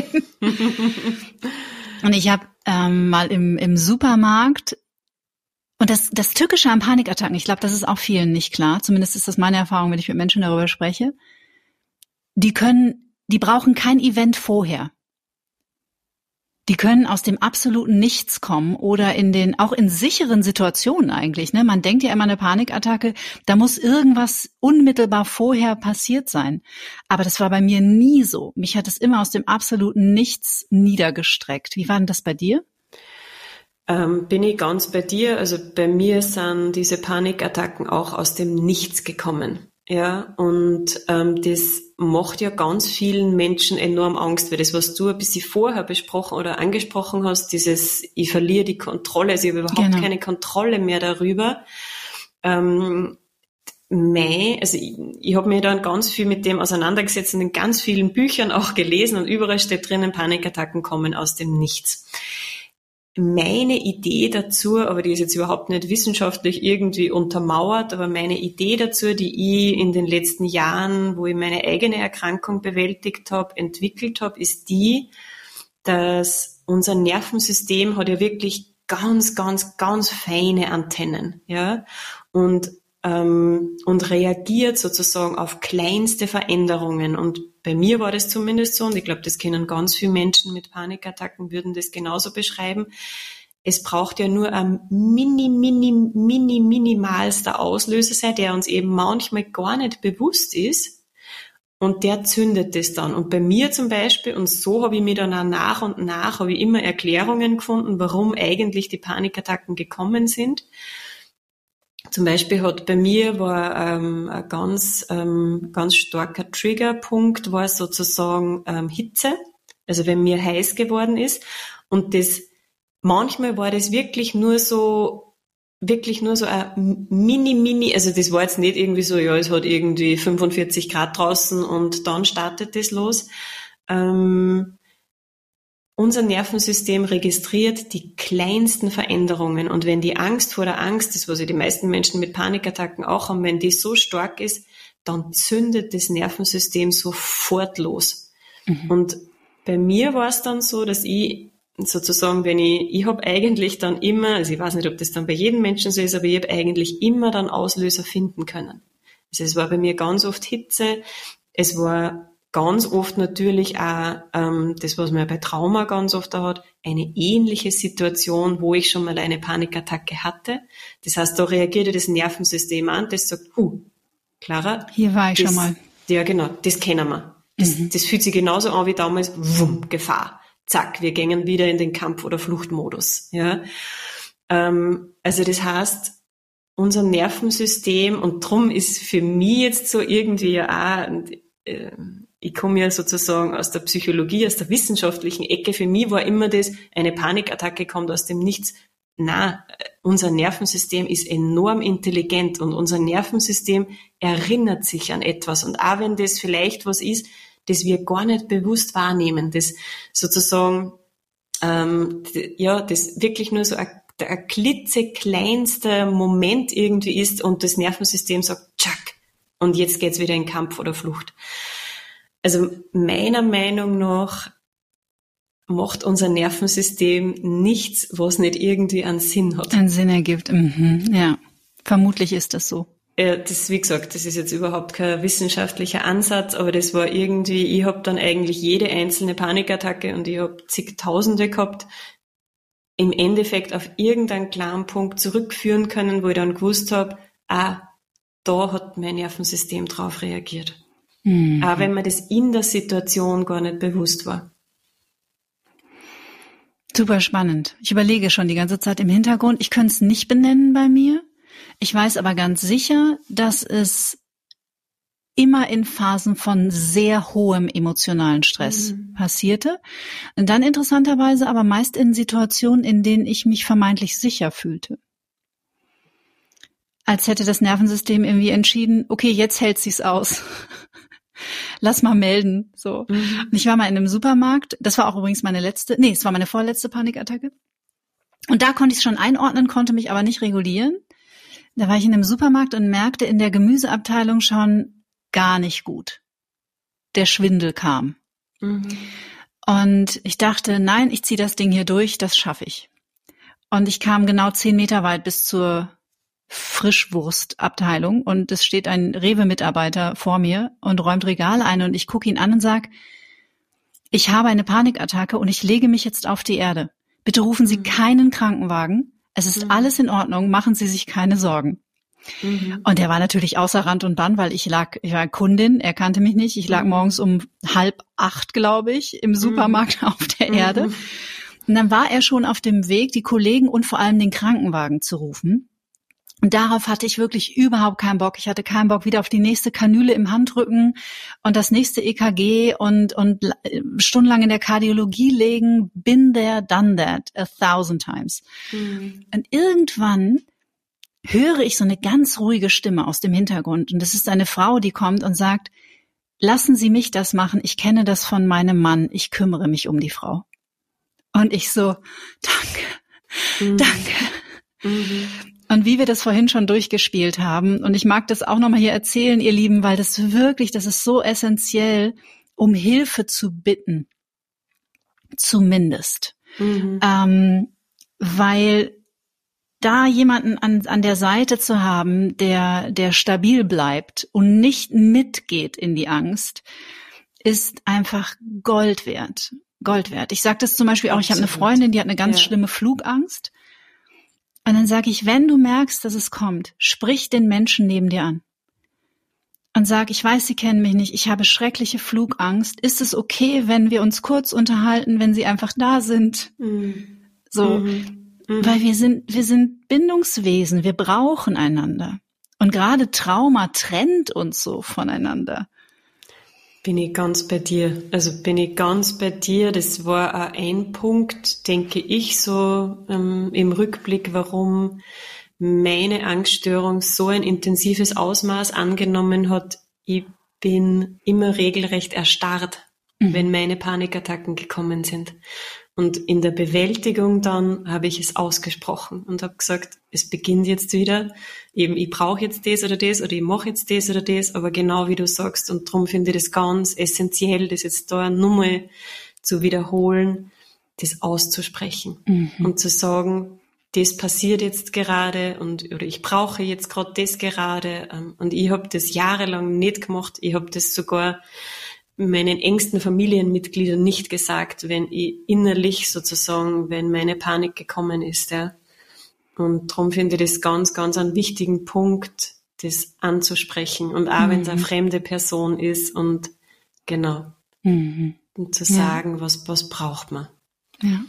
Und ich habe mal im Supermarkt, und das Tückische an Panikattacken, ich glaube, das ist auch vielen nicht klar, zumindest ist das meine Erfahrung, wenn ich mit Menschen darüber spreche, die brauchen kein Event vorher. Die können aus dem absoluten Nichts kommen oder auch in sicheren Situationen eigentlich. Ne? Man denkt ja immer, eine Panikattacke, da muss irgendwas unmittelbar vorher passiert sein. Aber das war bei mir nie so. Mich hat es immer aus dem absoluten Nichts niedergestreckt. Wie war denn das bei dir? Bin ich ganz bei dir. Also bei mir sind diese Panikattacken auch aus dem Nichts gekommen. Ja, und das macht ja ganz vielen Menschen enorm Angst, weil das, was du ein bisschen vorher besprochen oder angesprochen hast, dieses, ich verliere die Kontrolle, also ich habe überhaupt keine Kontrolle mehr darüber. Also ich habe mich dann ganz viel mit dem auseinandergesetzt und in ganz vielen Büchern auch gelesen und überall steht drinnen, Panikattacken kommen aus dem Nichts. Meine Idee dazu, aber die ist jetzt überhaupt nicht wissenschaftlich irgendwie untermauert, aber meine Idee dazu, die ich in den letzten Jahren, wo ich meine eigene Erkrankung bewältigt habe, entwickelt habe, ist die, dass unser Nervensystem hat ja wirklich ganz, ganz, ganz feine Antennen, ja, und reagiert sozusagen auf kleinste Veränderungen. Und bei mir war das zumindest so, und ich glaube, das kennen ganz viele Menschen mit Panikattacken, würden das genauso beschreiben. Es braucht ja nur ein minimalster Auslöser sein, der uns eben manchmal gar nicht bewusst ist, und der zündet das dann. Und bei mir zum Beispiel, und so habe ich mir dann auch nach und nach, habe ich immer Erklärungen gefunden, warum eigentlich die Panikattacken gekommen sind. Zum Beispiel bei mir war ein ganz starker Triggerpunkt war sozusagen Hitze, also wenn mir heiß geworden ist, und manchmal war das wirklich nur so ein Mini, also das war jetzt nicht irgendwie so, ja, es hat irgendwie 45 Grad draußen und dann startet das los. Unser Nervensystem registriert die kleinsten Veränderungen, und wenn die Angst vor der Angst, das was ja die meisten Menschen mit Panikattacken auch haben, wenn die so stark ist, dann zündet das Nervensystem sofort los. Und bei mir war es dann so, dass ich sozusagen, ich habe eigentlich dann immer, also ich weiß nicht, ob das dann bei jedem Menschen so ist, aber ich habe eigentlich immer dann Auslöser finden können. Also es war bei mir ganz oft Hitze, es war ganz oft natürlich auch das, was man bei Trauma ganz oft da hat, eine ähnliche Situation, wo ich schon mal eine Panikattacke hatte. Das heißt, da reagierte das Nervensystem an, das sagt, Clara, hier war ich schon mal. Ja, genau, das kennen wir. Das fühlt sich genauso an wie damals, Gefahr. Zack, wir gehen wieder in den Kampf- oder Fluchtmodus. Ja, also das heißt, unser Nervensystem, und drum ist für mich jetzt so irgendwie ja auch, ich komme ja sozusagen aus der Psychologie, aus der wissenschaftlichen Ecke. Für mich war immer das, eine Panikattacke kommt aus dem Nichts. Na, unser Nervensystem ist enorm intelligent, und unser Nervensystem erinnert sich an etwas. Und auch wenn das vielleicht was ist, das wir gar nicht bewusst wahrnehmen, das sozusagen, das wirklich nur so ein klitzekleinster Moment irgendwie ist, und das Nervensystem sagt, tschack, und jetzt geht's wieder in Kampf oder Flucht. Also meiner Meinung nach macht unser Nervensystem nichts, was nicht irgendwie einen Sinn hat. Einen Sinn ergibt, ja. Vermutlich ist das so. Wie gesagt, das ist jetzt überhaupt kein wissenschaftlicher Ansatz, aber das war irgendwie, ich habe dann eigentlich jede einzelne Panikattacke, und ich habe zigtausende gehabt, im Endeffekt auf irgendeinen klaren Punkt zurückführen können, wo ich dann gewusst habe, da hat mein Nervensystem drauf reagiert. Auch wenn mir das in der Situation gar nicht bewusst war. Super spannend. Ich überlege schon die ganze Zeit im Hintergrund. Ich könnte es nicht benennen bei mir. Ich weiß aber ganz sicher, dass es immer in Phasen von sehr hohem emotionalen Stress passierte. Und dann interessanterweise aber meist in Situationen, in denen ich mich vermeintlich sicher fühlte. Als hätte das Nervensystem irgendwie entschieden, okay, jetzt hält sich's aus. lass mal melden, so. Und ich war mal in einem Supermarkt, das war auch übrigens es war meine vorletzte Panikattacke. Und da konnte ich es schon einordnen, konnte mich aber nicht regulieren. Da war ich in einem Supermarkt und merkte in der Gemüseabteilung schon gar nicht gut. Der Schwindel kam. Und ich dachte, nein, ich ziehe das Ding hier durch, das schaffe ich. Und ich kam genau 10 Meter weit bis zur Frischwurstabteilung und es steht ein Rewe-Mitarbeiter vor mir und räumt Regale ein und ich gucke ihn an und sage, ich habe eine Panikattacke und ich lege mich jetzt auf die Erde. Bitte rufen Sie keinen Krankenwagen. Es ist alles in Ordnung, machen Sie sich keine Sorgen. Und er war natürlich außer Rand und Band, weil ich war Kundin, er kannte mich nicht. Ich lag morgens um 7:30, glaube ich, im Supermarkt auf der Erde. Und dann war er schon auf dem Weg, die Kollegen und vor allem den Krankenwagen zu rufen. Und darauf hatte ich wirklich überhaupt keinen Bock. Ich hatte keinen Bock wieder auf die nächste Kanüle im Handrücken und das nächste EKG und stundenlang in der Kardiologie legen. Been there, done that 1,000 times. Und irgendwann höre ich so eine ganz ruhige Stimme aus dem Hintergrund. Und das ist eine Frau, die kommt und sagt, lassen Sie mich das machen. Ich kenne das von meinem Mann. Ich kümmere mich um die Frau. Und ich so, danke. Und wie wir das vorhin schon durchgespielt haben, und ich mag das auch nochmal hier erzählen, ihr Lieben, weil das ist so essentiell, um Hilfe zu bitten. Zumindest. Weil da jemanden an der Seite zu haben, der stabil bleibt und nicht mitgeht in die Angst, ist einfach Gold wert. Gold wert. Ich sage das zum Beispiel auch, ich habe eine Freundin, die hat eine ganz schlimme Flugangst. Und dann sage ich, wenn du merkst, dass es kommt, sprich den Menschen neben dir an. Und sag, ich weiß, Sie kennen mich nicht, ich habe schreckliche Flugangst. Ist es okay, wenn wir uns kurz unterhalten, wenn Sie einfach da sind? So, weil wir sind Bindungswesen, wir brauchen einander. Und gerade Trauma trennt uns so voneinander. Bin ich ganz bei dir. Das war auch ein Punkt, denke ich, so im Rückblick, warum meine Angststörung so ein intensives Ausmaß angenommen hat. Ich bin immer regelrecht erstarrt, wenn meine Panikattacken gekommen sind. Und in der Bewältigung dann habe ich es ausgesprochen und habe gesagt, es beginnt jetzt wieder. Eben, ich brauche jetzt das oder ich mache jetzt das oder das, aber genau wie du sagst. Und darum finde ich das ganz essentiell, das jetzt da nochmal zu wiederholen, das auszusprechen und zu sagen, das passiert jetzt gerade oder ich brauche jetzt gerade das gerade. Und ich habe das jahrelang nicht gemacht. Ich habe das sogar meinen engsten Familienmitgliedern nicht gesagt, wenn ich innerlich sozusagen, wenn meine Panik gekommen ist. Ja. Und darum finde ich das ganz, ganz einen wichtigen Punkt, das anzusprechen. Und auch wenn es eine fremde Person ist und genau, und zu sagen, was braucht man. Ja.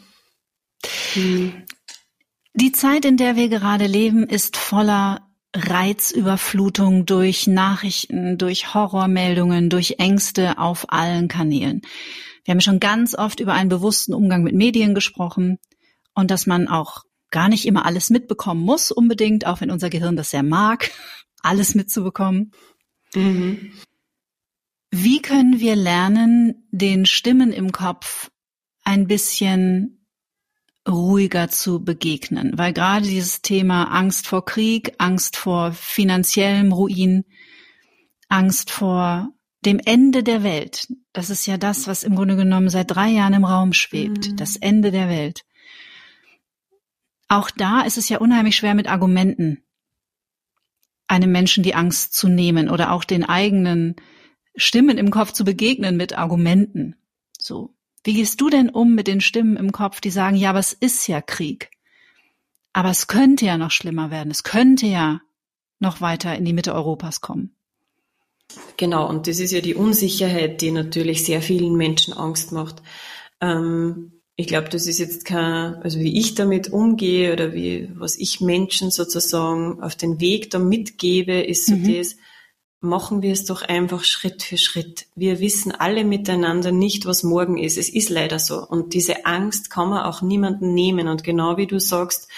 Die Zeit, in der wir gerade leben, ist voller Reizüberflutung durch Nachrichten, durch Horrormeldungen, durch Ängste auf allen Kanälen. Wir haben schon ganz oft über einen bewussten Umgang mit Medien gesprochen und dass man auch gar nicht immer alles mitbekommen muss unbedingt, auch wenn unser Gehirn das sehr mag, alles mitzubekommen. Wie können wir lernen, den Stimmen im Kopf ein bisschen ruhiger zu begegnen, weil gerade dieses Thema Angst vor Krieg, Angst vor finanziellem Ruin, Angst vor dem Ende der Welt, das ist ja das, was im Grunde genommen seit 3 Jahren im Raum schwebt, das Ende der Welt. Auch da ist es ja unheimlich schwer mit Argumenten, einem Menschen die Angst zu nehmen oder auch den eigenen Stimmen im Kopf zu begegnen mit Argumenten. So. Wie gehst du denn um mit den Stimmen im Kopf, die sagen, ja, aber es ist ja Krieg. Aber es könnte ja noch schlimmer werden. Es könnte ja noch weiter in die Mitte Europas kommen. Genau, und das ist ja die Unsicherheit, die natürlich sehr vielen Menschen Angst macht. Ich glaube, das ist jetzt also wie ich damit umgehe oder was ich Menschen sozusagen auf den Weg da mitgebe, ist so das, machen wir es doch einfach Schritt für Schritt. Wir wissen alle miteinander nicht, was morgen ist. Es ist leider so. Und diese Angst kann man auch niemandem nehmen. Und genau wie du sagst,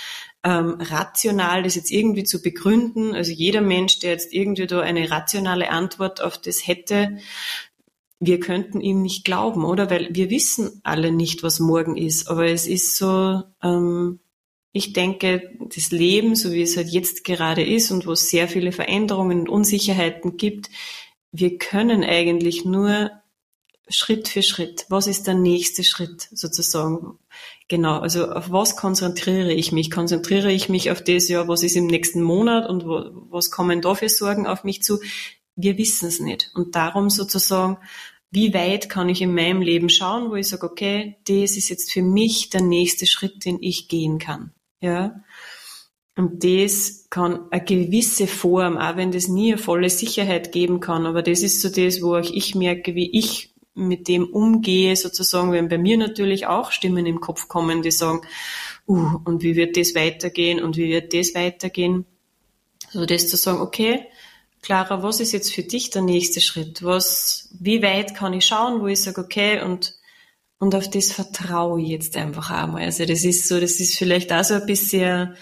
rational das jetzt irgendwie zu begründen. Also jeder Mensch, der jetzt irgendwie da eine rationale Antwort auf das hätte, wir könnten ihm nicht glauben, oder? Weil wir wissen alle nicht, was morgen ist. Aber es ist so, ich denke, das Leben, so wie es halt jetzt gerade ist und wo es sehr viele Veränderungen und Unsicherheiten gibt, wir können eigentlich nur Schritt für Schritt. Was ist der nächste Schritt sozusagen? Genau, also auf was konzentriere ich mich? Konzentriere ich mich auf das, ja, was ist im nächsten Monat und was kommen da für Sorgen auf mich zu? Wir wissen es nicht. Und darum sozusagen, wie weit kann ich in meinem Leben schauen, wo ich sage, okay, das ist jetzt für mich der nächste Schritt, den ich gehen kann. Ja. Und das kann eine gewisse Form, auch wenn das nie eine volle Sicherheit geben kann, aber das ist so das, wo auch ich merke, wie ich mit dem umgehe, sozusagen, wenn bei mir natürlich auch Stimmen im Kopf kommen, die sagen, und wie wird das weitergehen und wie wird das weitergehen? Also das zu sagen, okay, Clara, was ist jetzt für dich der nächste Schritt? Wie weit kann ich schauen, wo ich sage, okay, und auf das vertraue ich jetzt einfach einmal. Also das ist vielleicht auch so ein bisschen,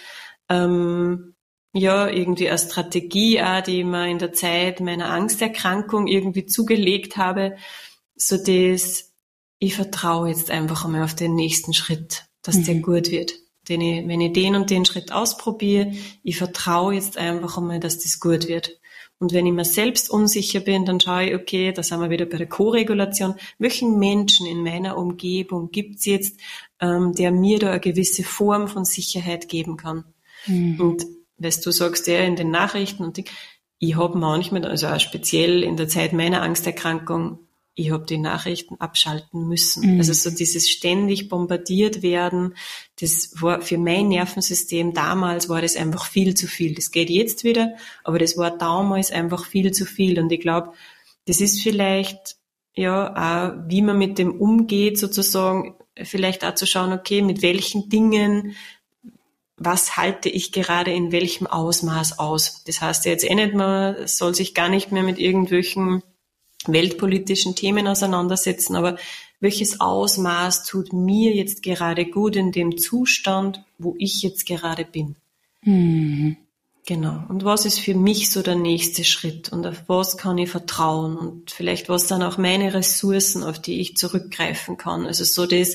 irgendwie eine Strategie auch, die ich mir in der Zeit meiner Angsterkrankung irgendwie zugelegt habe, so das, ich vertraue jetzt einfach einmal auf den nächsten Schritt, dass der gut wird. Wenn ich den und den Schritt ausprobiere, ich vertraue jetzt einfach einmal, dass das gut wird. Und wenn ich mir selbst unsicher bin, dann schaue ich, okay, da sind wir wieder bei der Co-Regulation, welchen Menschen in meiner Umgebung gibt's jetzt, der mir da eine gewisse Form von Sicherheit geben kann. Und weißt du, sagst ja in den Nachrichten, und ich habe manchmal, also auch speziell in der Zeit meiner Angsterkrankung, ich habe die Nachrichten abschalten müssen. Also so dieses ständig bombardiert werden, das war für mein Nervensystem damals, war das einfach viel zu viel. Das geht jetzt wieder, aber das war damals einfach viel zu viel. Und ich glaube, das ist vielleicht, ja, auch wie man mit dem umgeht, sozusagen, vielleicht auch zu schauen, okay, mit welchen Dingen, was halte ich gerade in welchem Ausmaß aus? Das heißt ja jetzt nicht, man soll sich gar nicht mehr mit irgendwelchen weltpolitischen Themen auseinandersetzen, aber welches Ausmaß tut mir jetzt gerade gut in dem Zustand, wo ich jetzt gerade bin? Genau. Und was ist für mich so der nächste Schritt? Und auf was kann ich vertrauen? Und vielleicht was sind auch meine Ressourcen, auf die ich zurückgreifen kann? Also so das,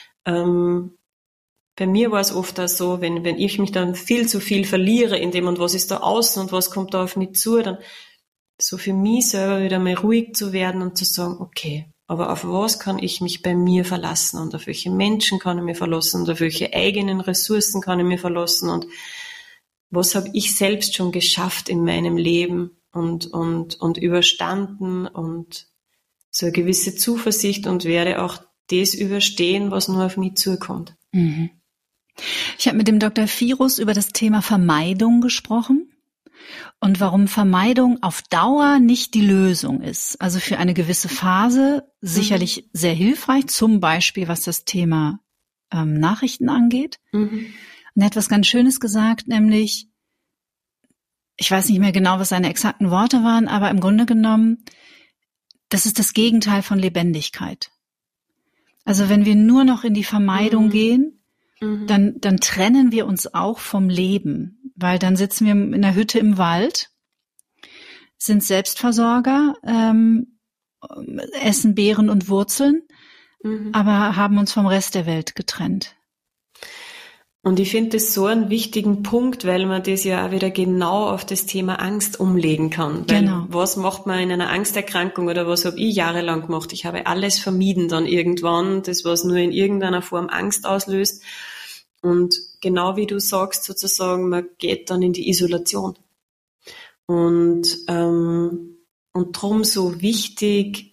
bei mir war es oft auch so, wenn ich mich dann viel zu viel verliere in dem und was ist da außen und was kommt da auf mich zu, dann so für mich selber wieder mal ruhig zu werden und zu sagen, okay, aber auf was kann ich mich bei mir verlassen und auf welche Menschen kann ich mich verlassen und auf welche eigenen Ressourcen kann ich mich verlassen und was habe ich selbst schon geschafft in meinem Leben und überstanden und so eine gewisse Zuversicht und werde auch das überstehen, was nur auf mich zukommt. Ich habe mit dem Dr. Virus über das Thema Vermeidung gesprochen. Und warum Vermeidung auf Dauer nicht die Lösung ist. Also für eine gewisse Phase sicherlich sehr hilfreich, zum Beispiel was das Thema Nachrichten angeht. Und er hat was ganz Schönes gesagt, nämlich, ich weiß nicht mehr genau, was seine exakten Worte waren, aber im Grunde genommen, das ist das Gegenteil von Lebendigkeit. Also wenn wir nur noch in die Vermeidung gehen, dann trennen wir uns auch vom Leben, weil dann sitzen wir in der Hütte im Wald, sind Selbstversorger, essen Beeren und Wurzeln, aber haben uns vom Rest der Welt getrennt. Und ich finde das so einen wichtigen Punkt, weil man das ja auch wieder genau auf das Thema Angst umlegen kann. Weil was macht man in einer Angsterkrankung oder was habe ich jahrelang gemacht? Ich habe alles vermieden dann irgendwann, das was nur in irgendeiner Form Angst auslöst. Und genau wie du sagst, sozusagen, man geht dann in die Isolation. Und drum so wichtig,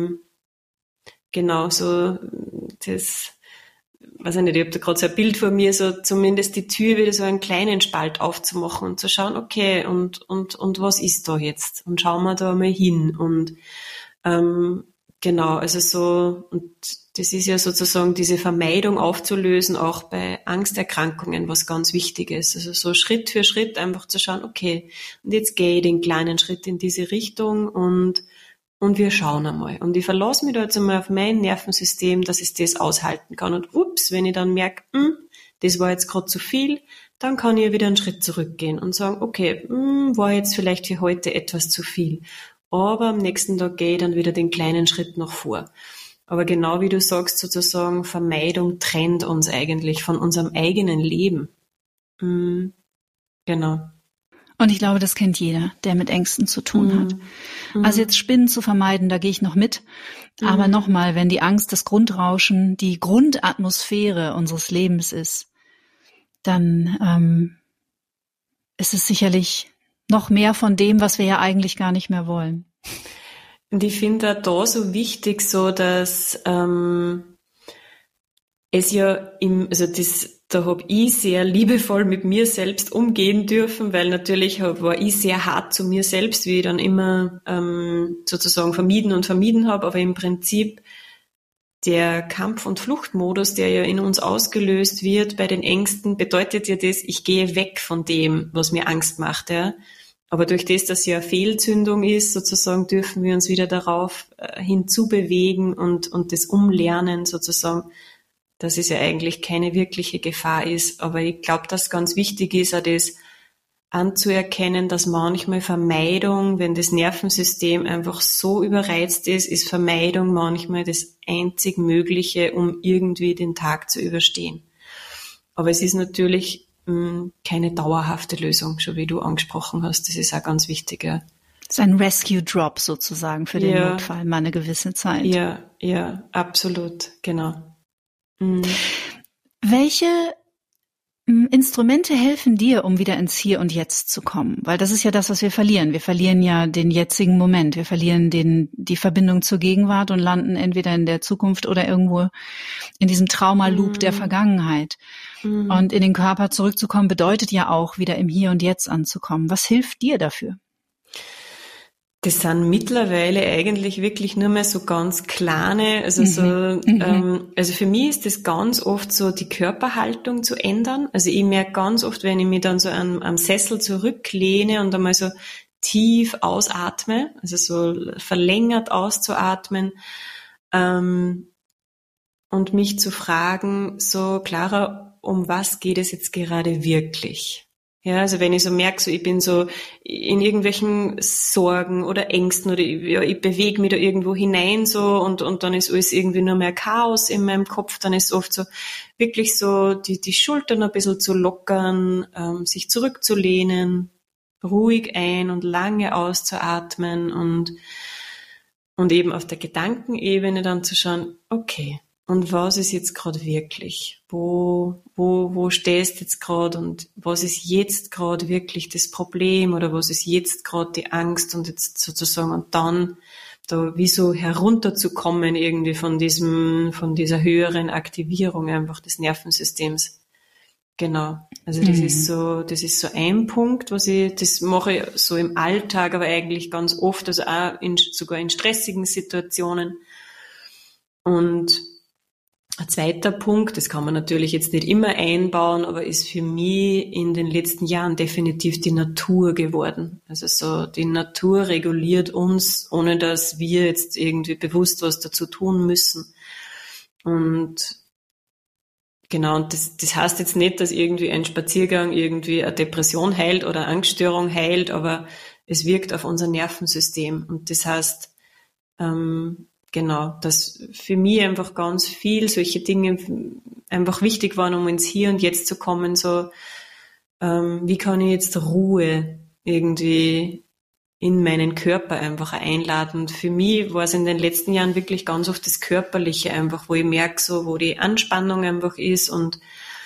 genau so das, weiß ich nicht, ich habe da gerade so ein Bild vor mir, so zumindest die Tür wieder so einen kleinen Spalt aufzumachen und zu schauen, okay, und was ist da jetzt? Und schauen wir da mal hin. Und genau, also so, und das ist ja sozusagen diese Vermeidung aufzulösen, auch bei Angsterkrankungen, was ganz wichtig ist. Also so Schritt für Schritt einfach zu schauen, okay, und jetzt gehe ich den kleinen Schritt in diese Richtung und wir schauen einmal. Und ich verlasse mich da jetzt einmal auf mein Nervensystem, dass es das aushalten kann. Und wenn ich dann merke, das war jetzt gerade zu viel, dann kann ich wieder einen Schritt zurückgehen und sagen, okay, war jetzt vielleicht für heute etwas zu viel. Aber am nächsten Tag gehe ich dann wieder den kleinen Schritt noch vor. Aber genau wie du sagst, sozusagen, Vermeidung trennt uns eigentlich von unserem eigenen Leben. Genau. Und ich glaube, das kennt jeder, der mit Ängsten zu tun hat. Also jetzt Spinnen zu vermeiden, da gehe ich noch mit. Aber nochmal, wenn die Angst das Grundrauschen, die Grundatmosphäre unseres Lebens ist, dann ist es sicherlich noch mehr von dem, was wir ja eigentlich gar nicht mehr wollen. Und ich finde auch da so wichtig, so dass es ja da habe ich sehr liebevoll mit mir selbst umgehen dürfen, weil natürlich war ich sehr hart zu mir selbst, wie ich dann immer sozusagen vermieden habe, aber im Prinzip der Kampf- und Fluchtmodus, der ja in uns ausgelöst wird bei den Ängsten, bedeutet ja das, ich gehe weg von dem, was mir Angst macht, ja. Aber durch das, dass ja eine Fehlzündung ist, sozusagen, dürfen wir uns wieder darauf hinzubewegen und das umlernen, sozusagen, dass es ja eigentlich keine wirkliche Gefahr ist. Aber ich glaube, dass ganz wichtig ist, auch das anzuerkennen, dass manchmal Vermeidung, wenn das Nervensystem einfach so überreizt ist Vermeidung manchmal das einzig Mögliche, um irgendwie den Tag zu überstehen. Aber es ist natürlich keine dauerhafte Lösung, schon wie du angesprochen hast. Das ist auch ganz wichtig, ja. Das ist ein Rescue Drop sozusagen für den Notfall, mal eine gewisse Zeit. Ja, absolut, genau. Welche Instrumente helfen dir, um wieder ins Hier und Jetzt zu kommen? Weil das ist ja das, was wir verlieren. Wir verlieren ja den jetzigen Moment. Wir verlieren die Verbindung zur Gegenwart und landen entweder in der Zukunft oder irgendwo in diesem Trauma-Loop der Vergangenheit. Und in den Körper zurückzukommen bedeutet ja auch, wieder im Hier und Jetzt anzukommen. Was hilft dir dafür? Das sind mittlerweile eigentlich wirklich nur mehr so ganz kleine, also also für mich ist das ganz oft so, die Körperhaltung zu ändern. Also ich merke ganz oft, wenn ich mich dann so am Sessel zurücklehne und einmal so tief ausatme, also so verlängert auszuatmen, und mich zu fragen, so, Clara, um was geht es jetzt gerade wirklich? Ja, also wenn ich so merke, so ich bin so in irgendwelchen Sorgen oder Ängsten oder ich bewege mich da irgendwo hinein so und dann ist alles irgendwie nur mehr Chaos in meinem Kopf, dann ist oft so wirklich so die Schultern ein bisschen zu lockern, sich zurückzulehnen, ruhig ein- und lange auszuatmen und eben auf der Gedankenebene dann zu schauen, okay, und was ist jetzt gerade wirklich? Wo stehst du jetzt gerade und was ist jetzt gerade wirklich das Problem oder was ist jetzt gerade die Angst und jetzt sozusagen und dann da wie so herunterzukommen irgendwie von dieser höheren Aktivierung einfach des Nervensystems. Genau. Also das ist so ein Punkt, das mache ich so im Alltag, aber eigentlich ganz oft, also auch sogar in stressigen Situationen. Und ein zweiter Punkt, das kann man natürlich jetzt nicht immer einbauen, aber ist für mich in den letzten Jahren definitiv die Natur geworden. Also so, die Natur reguliert uns, ohne dass wir jetzt irgendwie bewusst was dazu tun müssen. Und genau, und das heißt jetzt nicht, dass irgendwie ein Spaziergang irgendwie eine Depression heilt oder eine Angststörung heilt, aber es wirkt auf unser Nervensystem. Und das heißt, genau, dass für mich einfach ganz viel solche Dinge einfach wichtig waren, um ins Hier und Jetzt zu kommen, so, wie kann ich jetzt Ruhe irgendwie in meinen Körper einfach einladen. Und für mich war es in den letzten Jahren wirklich ganz oft das Körperliche einfach, wo ich merke, so, wo die Anspannung einfach ist und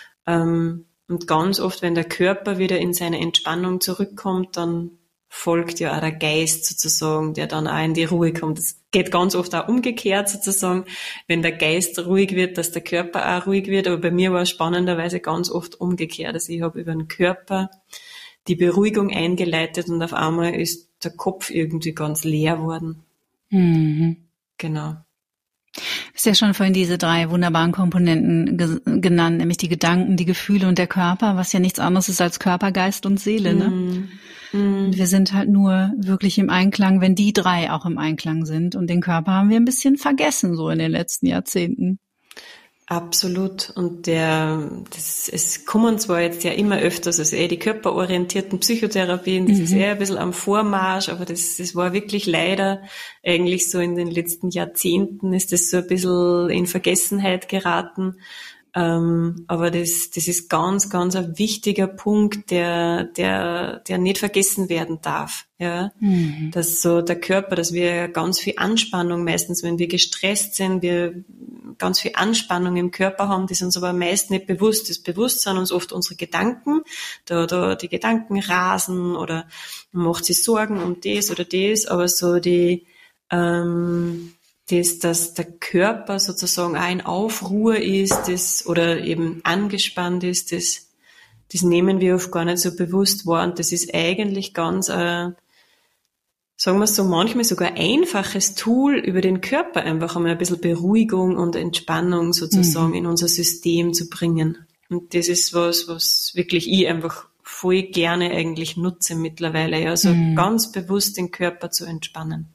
ganz oft, wenn der Körper wieder in seine Entspannung zurückkommt, dann folgt ja auch der Geist sozusagen, der dann auch in die Ruhe kommt. Das geht ganz oft auch umgekehrt sozusagen, wenn der Geist ruhig wird, dass der Körper auch ruhig wird. Aber bei mir war es spannenderweise ganz oft umgekehrt. Also ich habe über den Körper die Beruhigung eingeleitet und auf einmal ist der Kopf irgendwie ganz leer worden. Genau. Du hast ja schon vorhin diese 3 wunderbaren Komponenten genannt, nämlich die Gedanken, die Gefühle und der Körper, was ja nichts anderes ist als Körper, Geist und Seele, ne? Und wir sind halt nur wirklich im Einklang, wenn die 3 auch im Einklang sind. Und den Körper haben wir ein bisschen vergessen, so in den letzten Jahrzehnten. Absolut. Und es kommen zwar jetzt ja immer öfters, also die körperorientierten Psychotherapien, das ist ein bisschen am Vormarsch, aber das war wirklich leider eigentlich so in den letzten Jahrzehnten ist das so ein bisschen in Vergessenheit geraten. Aber das ist ganz, ganz ein wichtiger Punkt, der nicht vergessen werden darf. Ja, dass so der Körper, dass wir ganz viel Anspannung meistens, wenn wir gestresst sind, wir ganz viel Anspannung im Körper haben, das ist uns aber meist nicht bewusst. Das bewusst sind uns oft unsere Gedanken, da die Gedanken rasen oder man macht sich Sorgen um das oder das, aber so dass der Körper sozusagen auch in Aufruhr ist, oder eben angespannt ist, das nehmen wir oft gar nicht so bewusst wahr. Und das ist eigentlich ganz, sagen wir es so, manchmal sogar ein einfaches Tool, über den Körper einfach einmal ein bisschen Beruhigung und Entspannung sozusagen in unser System zu bringen. Und das ist was wirklich ich einfach voll gerne eigentlich nutze mittlerweile, ja, so ganz bewusst den Körper zu entspannen.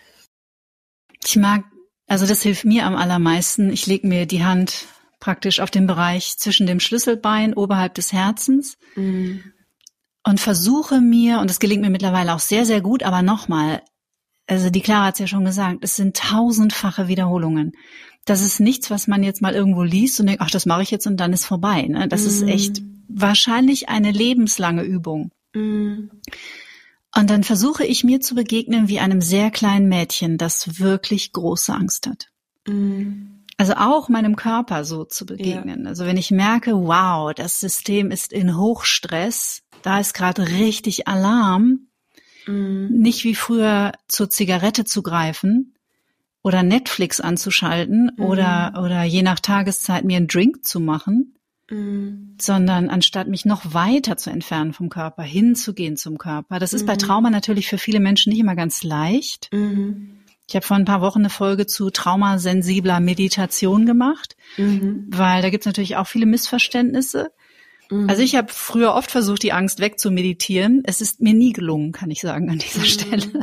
Also das hilft mir am allermeisten. Ich lege mir die Hand praktisch auf den Bereich zwischen dem Schlüsselbein, oberhalb des Herzens und versuche mir, und das gelingt mir mittlerweile auch sehr, sehr gut, aber nochmal, also die Clara hat es ja schon gesagt, es sind 1000-fache Wiederholungen. Das ist nichts, was man jetzt mal irgendwo liest und denkt, ach, das mache ich jetzt und dann ist vorbei. Ne? Das ist echt wahrscheinlich eine lebenslange Übung. Und dann versuche ich mir zu begegnen wie einem sehr kleinen Mädchen, das wirklich große Angst hat. Also auch meinem Körper so zu begegnen. Ja. Also wenn ich merke, wow, das System ist in Hochstress, da ist gerade richtig Alarm, nicht wie früher zur Zigarette zu greifen oder Netflix anzuschalten oder je nach Tageszeit mir einen Drink zu machen, sondern anstatt mich noch weiter zu entfernen vom Körper, hinzugehen zum Körper. Das ist bei Trauma natürlich für viele Menschen nicht immer ganz leicht. Ich habe vor ein paar Wochen eine Folge zu traumasensibler Meditation gemacht, weil da gibt es natürlich auch viele Missverständnisse. Also ich habe früher oft versucht, die Angst wegzumeditieren. Es ist mir nie gelungen, kann ich sagen, an dieser Stelle.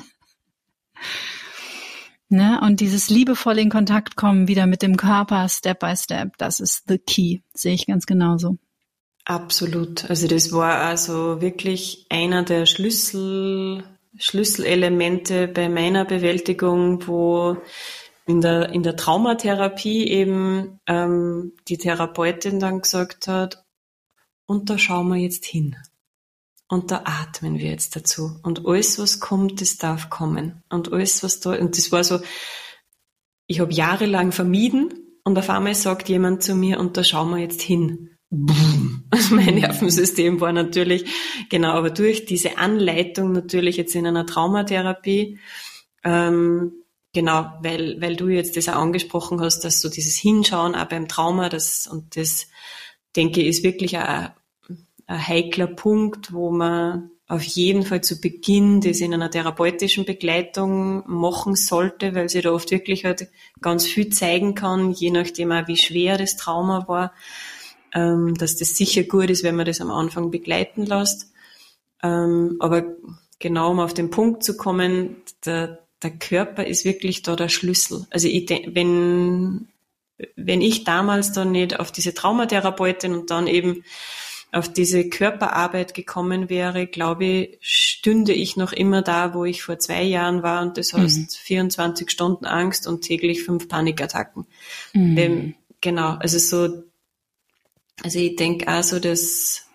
Ne? Und dieses liebevoll in Kontakt kommen, wieder mit dem Körper, Step by Step, das ist the key, sehe ich ganz genauso. Absolut. Also das war also wirklich einer der Schlüsselelemente bei meiner Bewältigung, wo in der Traumatherapie eben die Therapeutin dann gesagt hat, und da schauen wir jetzt hin. Und da atmen wir jetzt dazu. Und alles, was kommt, das darf kommen. Und alles, was da, und das war so, ich habe jahrelang vermieden und auf einmal sagt jemand zu mir, und da schauen wir jetzt hin. Also mein Nervensystem war natürlich, genau, aber durch diese Anleitung natürlich jetzt in einer Traumatherapie, genau, weil du jetzt das auch angesprochen hast, dass so dieses Hinschauen auch beim Trauma, das denke ich, ist wirklich ein heikler Punkt, wo man auf jeden Fall zu Beginn das in einer therapeutischen Begleitung machen sollte, weil sie da oft wirklich halt ganz viel zeigen kann, je nachdem auch wie schwer das Trauma war, dass das sicher gut ist, wenn man das am Anfang begleiten lässt. Aber genau, um auf den Punkt zu kommen, der Körper ist wirklich da der Schlüssel. Also ich denke, wenn ich damals dann nicht auf diese Traumatherapeutin und dann eben auf diese Körperarbeit gekommen wäre, glaube ich, stünde ich noch immer da, wo ich vor 2 Jahren war, und das heißt 24 Stunden Angst und täglich 5 Panikattacken. Genau, also ich denke auch so, dass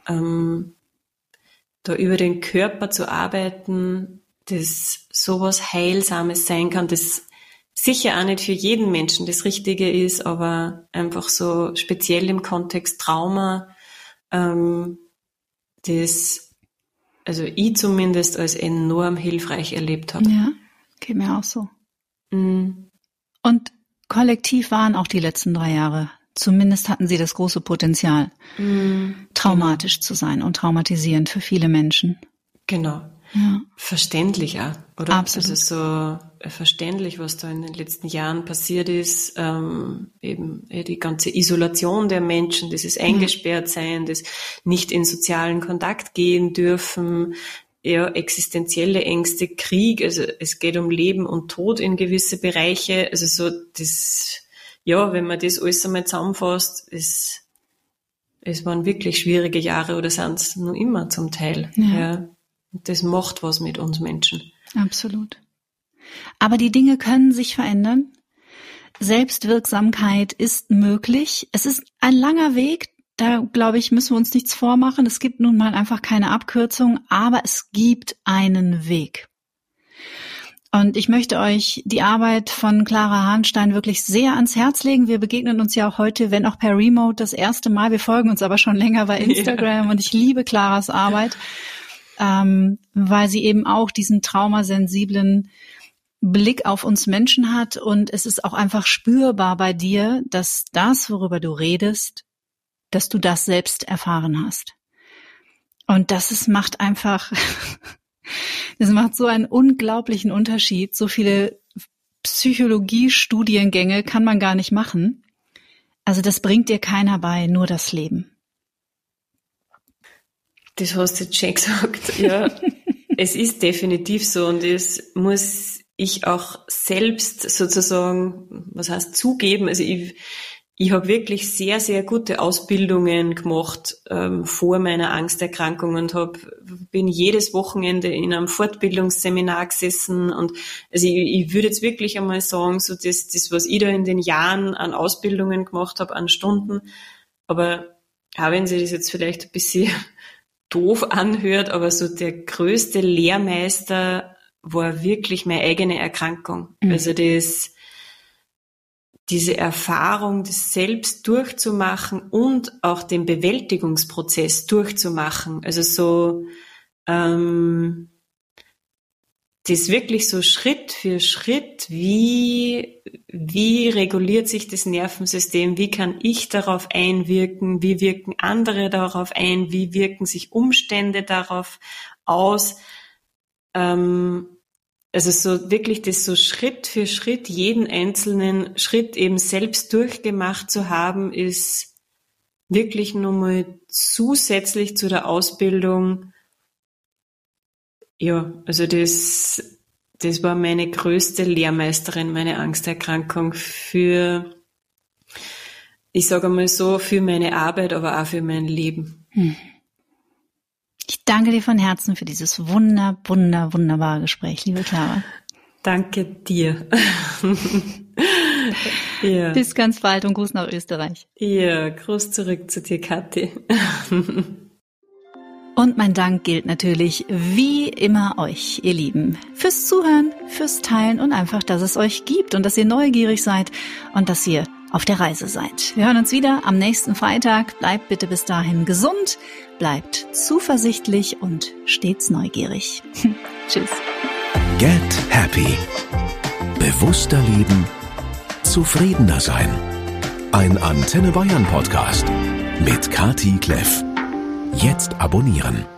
da über den Körper zu arbeiten, das sowas Heilsames sein kann, das sicher auch nicht für jeden Menschen das Richtige ist, aber einfach so speziell im Kontext Trauma, das, also ich zumindest als enorm hilfreich erlebt habe. Ja, geht mir auch so. Und kollektiv waren auch die letzten 3 Jahre. Zumindest hatten sie das große Potenzial, traumatisch zu sein und traumatisierend für viele Menschen. Genau. Ja. Verständlich auch, oder? Absolut. Also so verständlich, was da in den letzten Jahren passiert ist, eben die ganze Isolation der Menschen, dieses Eingesperrtsein, das nicht in sozialen Kontakt gehen dürfen, ja, existenzielle Ängste, Krieg, also es geht um Leben und Tod in gewisse Bereiche, also so das ja, wenn man das alles einmal zusammenfasst, es waren wirklich schwierige Jahre oder sind es noch immer zum Teil. Ja. Und das macht was mit uns Menschen. Absolut. Aber die Dinge können sich verändern. Selbstwirksamkeit ist möglich. Es ist ein langer Weg. Da, glaube ich, müssen wir uns nichts vormachen. Es gibt nun mal einfach keine Abkürzung, aber es gibt einen Weg. Und ich möchte euch die Arbeit von Clara Hahnstein wirklich sehr ans Herz legen. Wir begegnen uns ja auch heute, wenn auch per Remote, das erste Mal. Wir folgen uns aber schon länger bei Instagram und ich liebe Claras Arbeit, weil sie eben auch diesen traumasensiblen Blick auf uns Menschen hat. Und es ist auch einfach spürbar bei dir, dass das, worüber du redest, dass du das selbst erfahren hast. Und das macht einfach... Das macht so einen unglaublichen Unterschied. So viele Psychologiestudiengänge kann man gar nicht machen. Also das bringt dir keiner bei, nur das Leben. Das hast du jetzt schon gesagt. Ja, es ist definitiv so und das muss ich auch selbst sozusagen, was heißt zugeben. Also ich habe wirklich sehr, sehr gute Ausbildungen gemacht vor meiner Angsterkrankung und bin jedes Wochenende in einem Fortbildungsseminar gesessen und also ich würde jetzt wirklich einmal sagen, so das was ich da in den Jahren an Ausbildungen gemacht habe, an Stunden, aber auch wenn sich das jetzt vielleicht ein bisschen doof anhört, aber so der größte Lehrmeister war wirklich meine eigene Erkrankung. Also diese Erfahrung, das selbst durchzumachen und auch den Bewältigungsprozess durchzumachen. Also so, das wirklich so Schritt für Schritt, wie reguliert sich das Nervensystem, wie kann ich darauf einwirken, wie wirken andere darauf ein, wie wirken sich Umstände darauf aus, also so wirklich das so Schritt für Schritt, jeden einzelnen Schritt eben selbst durchgemacht zu haben, ist wirklich nochmal zusätzlich zu der Ausbildung. Ja, also das war meine größte Lehrmeisterin, meine Angsterkrankung für, ich sage mal so, für meine Arbeit, aber auch für mein Leben. Ich danke dir von Herzen für dieses wunderbare Gespräch, liebe Clara. Danke dir. Ja. Bis ganz bald und Gruß nach Österreich. Ja, Gruß zurück zu dir, Kathi. Und mein Dank gilt natürlich wie immer euch, ihr Lieben, fürs Zuhören, fürs Teilen und einfach, dass es euch gibt und dass ihr neugierig seid und dass ihr auf der Reise seid. Wir hören uns wieder am nächsten Freitag. Bleibt bitte bis dahin gesund, bleibt zuversichtlich und stets neugierig. Tschüss. Get Happy. Bewusster leben, zufriedener sein. Ein Antenne Bayern Podcast mit Kathi Kleff. Jetzt abonnieren.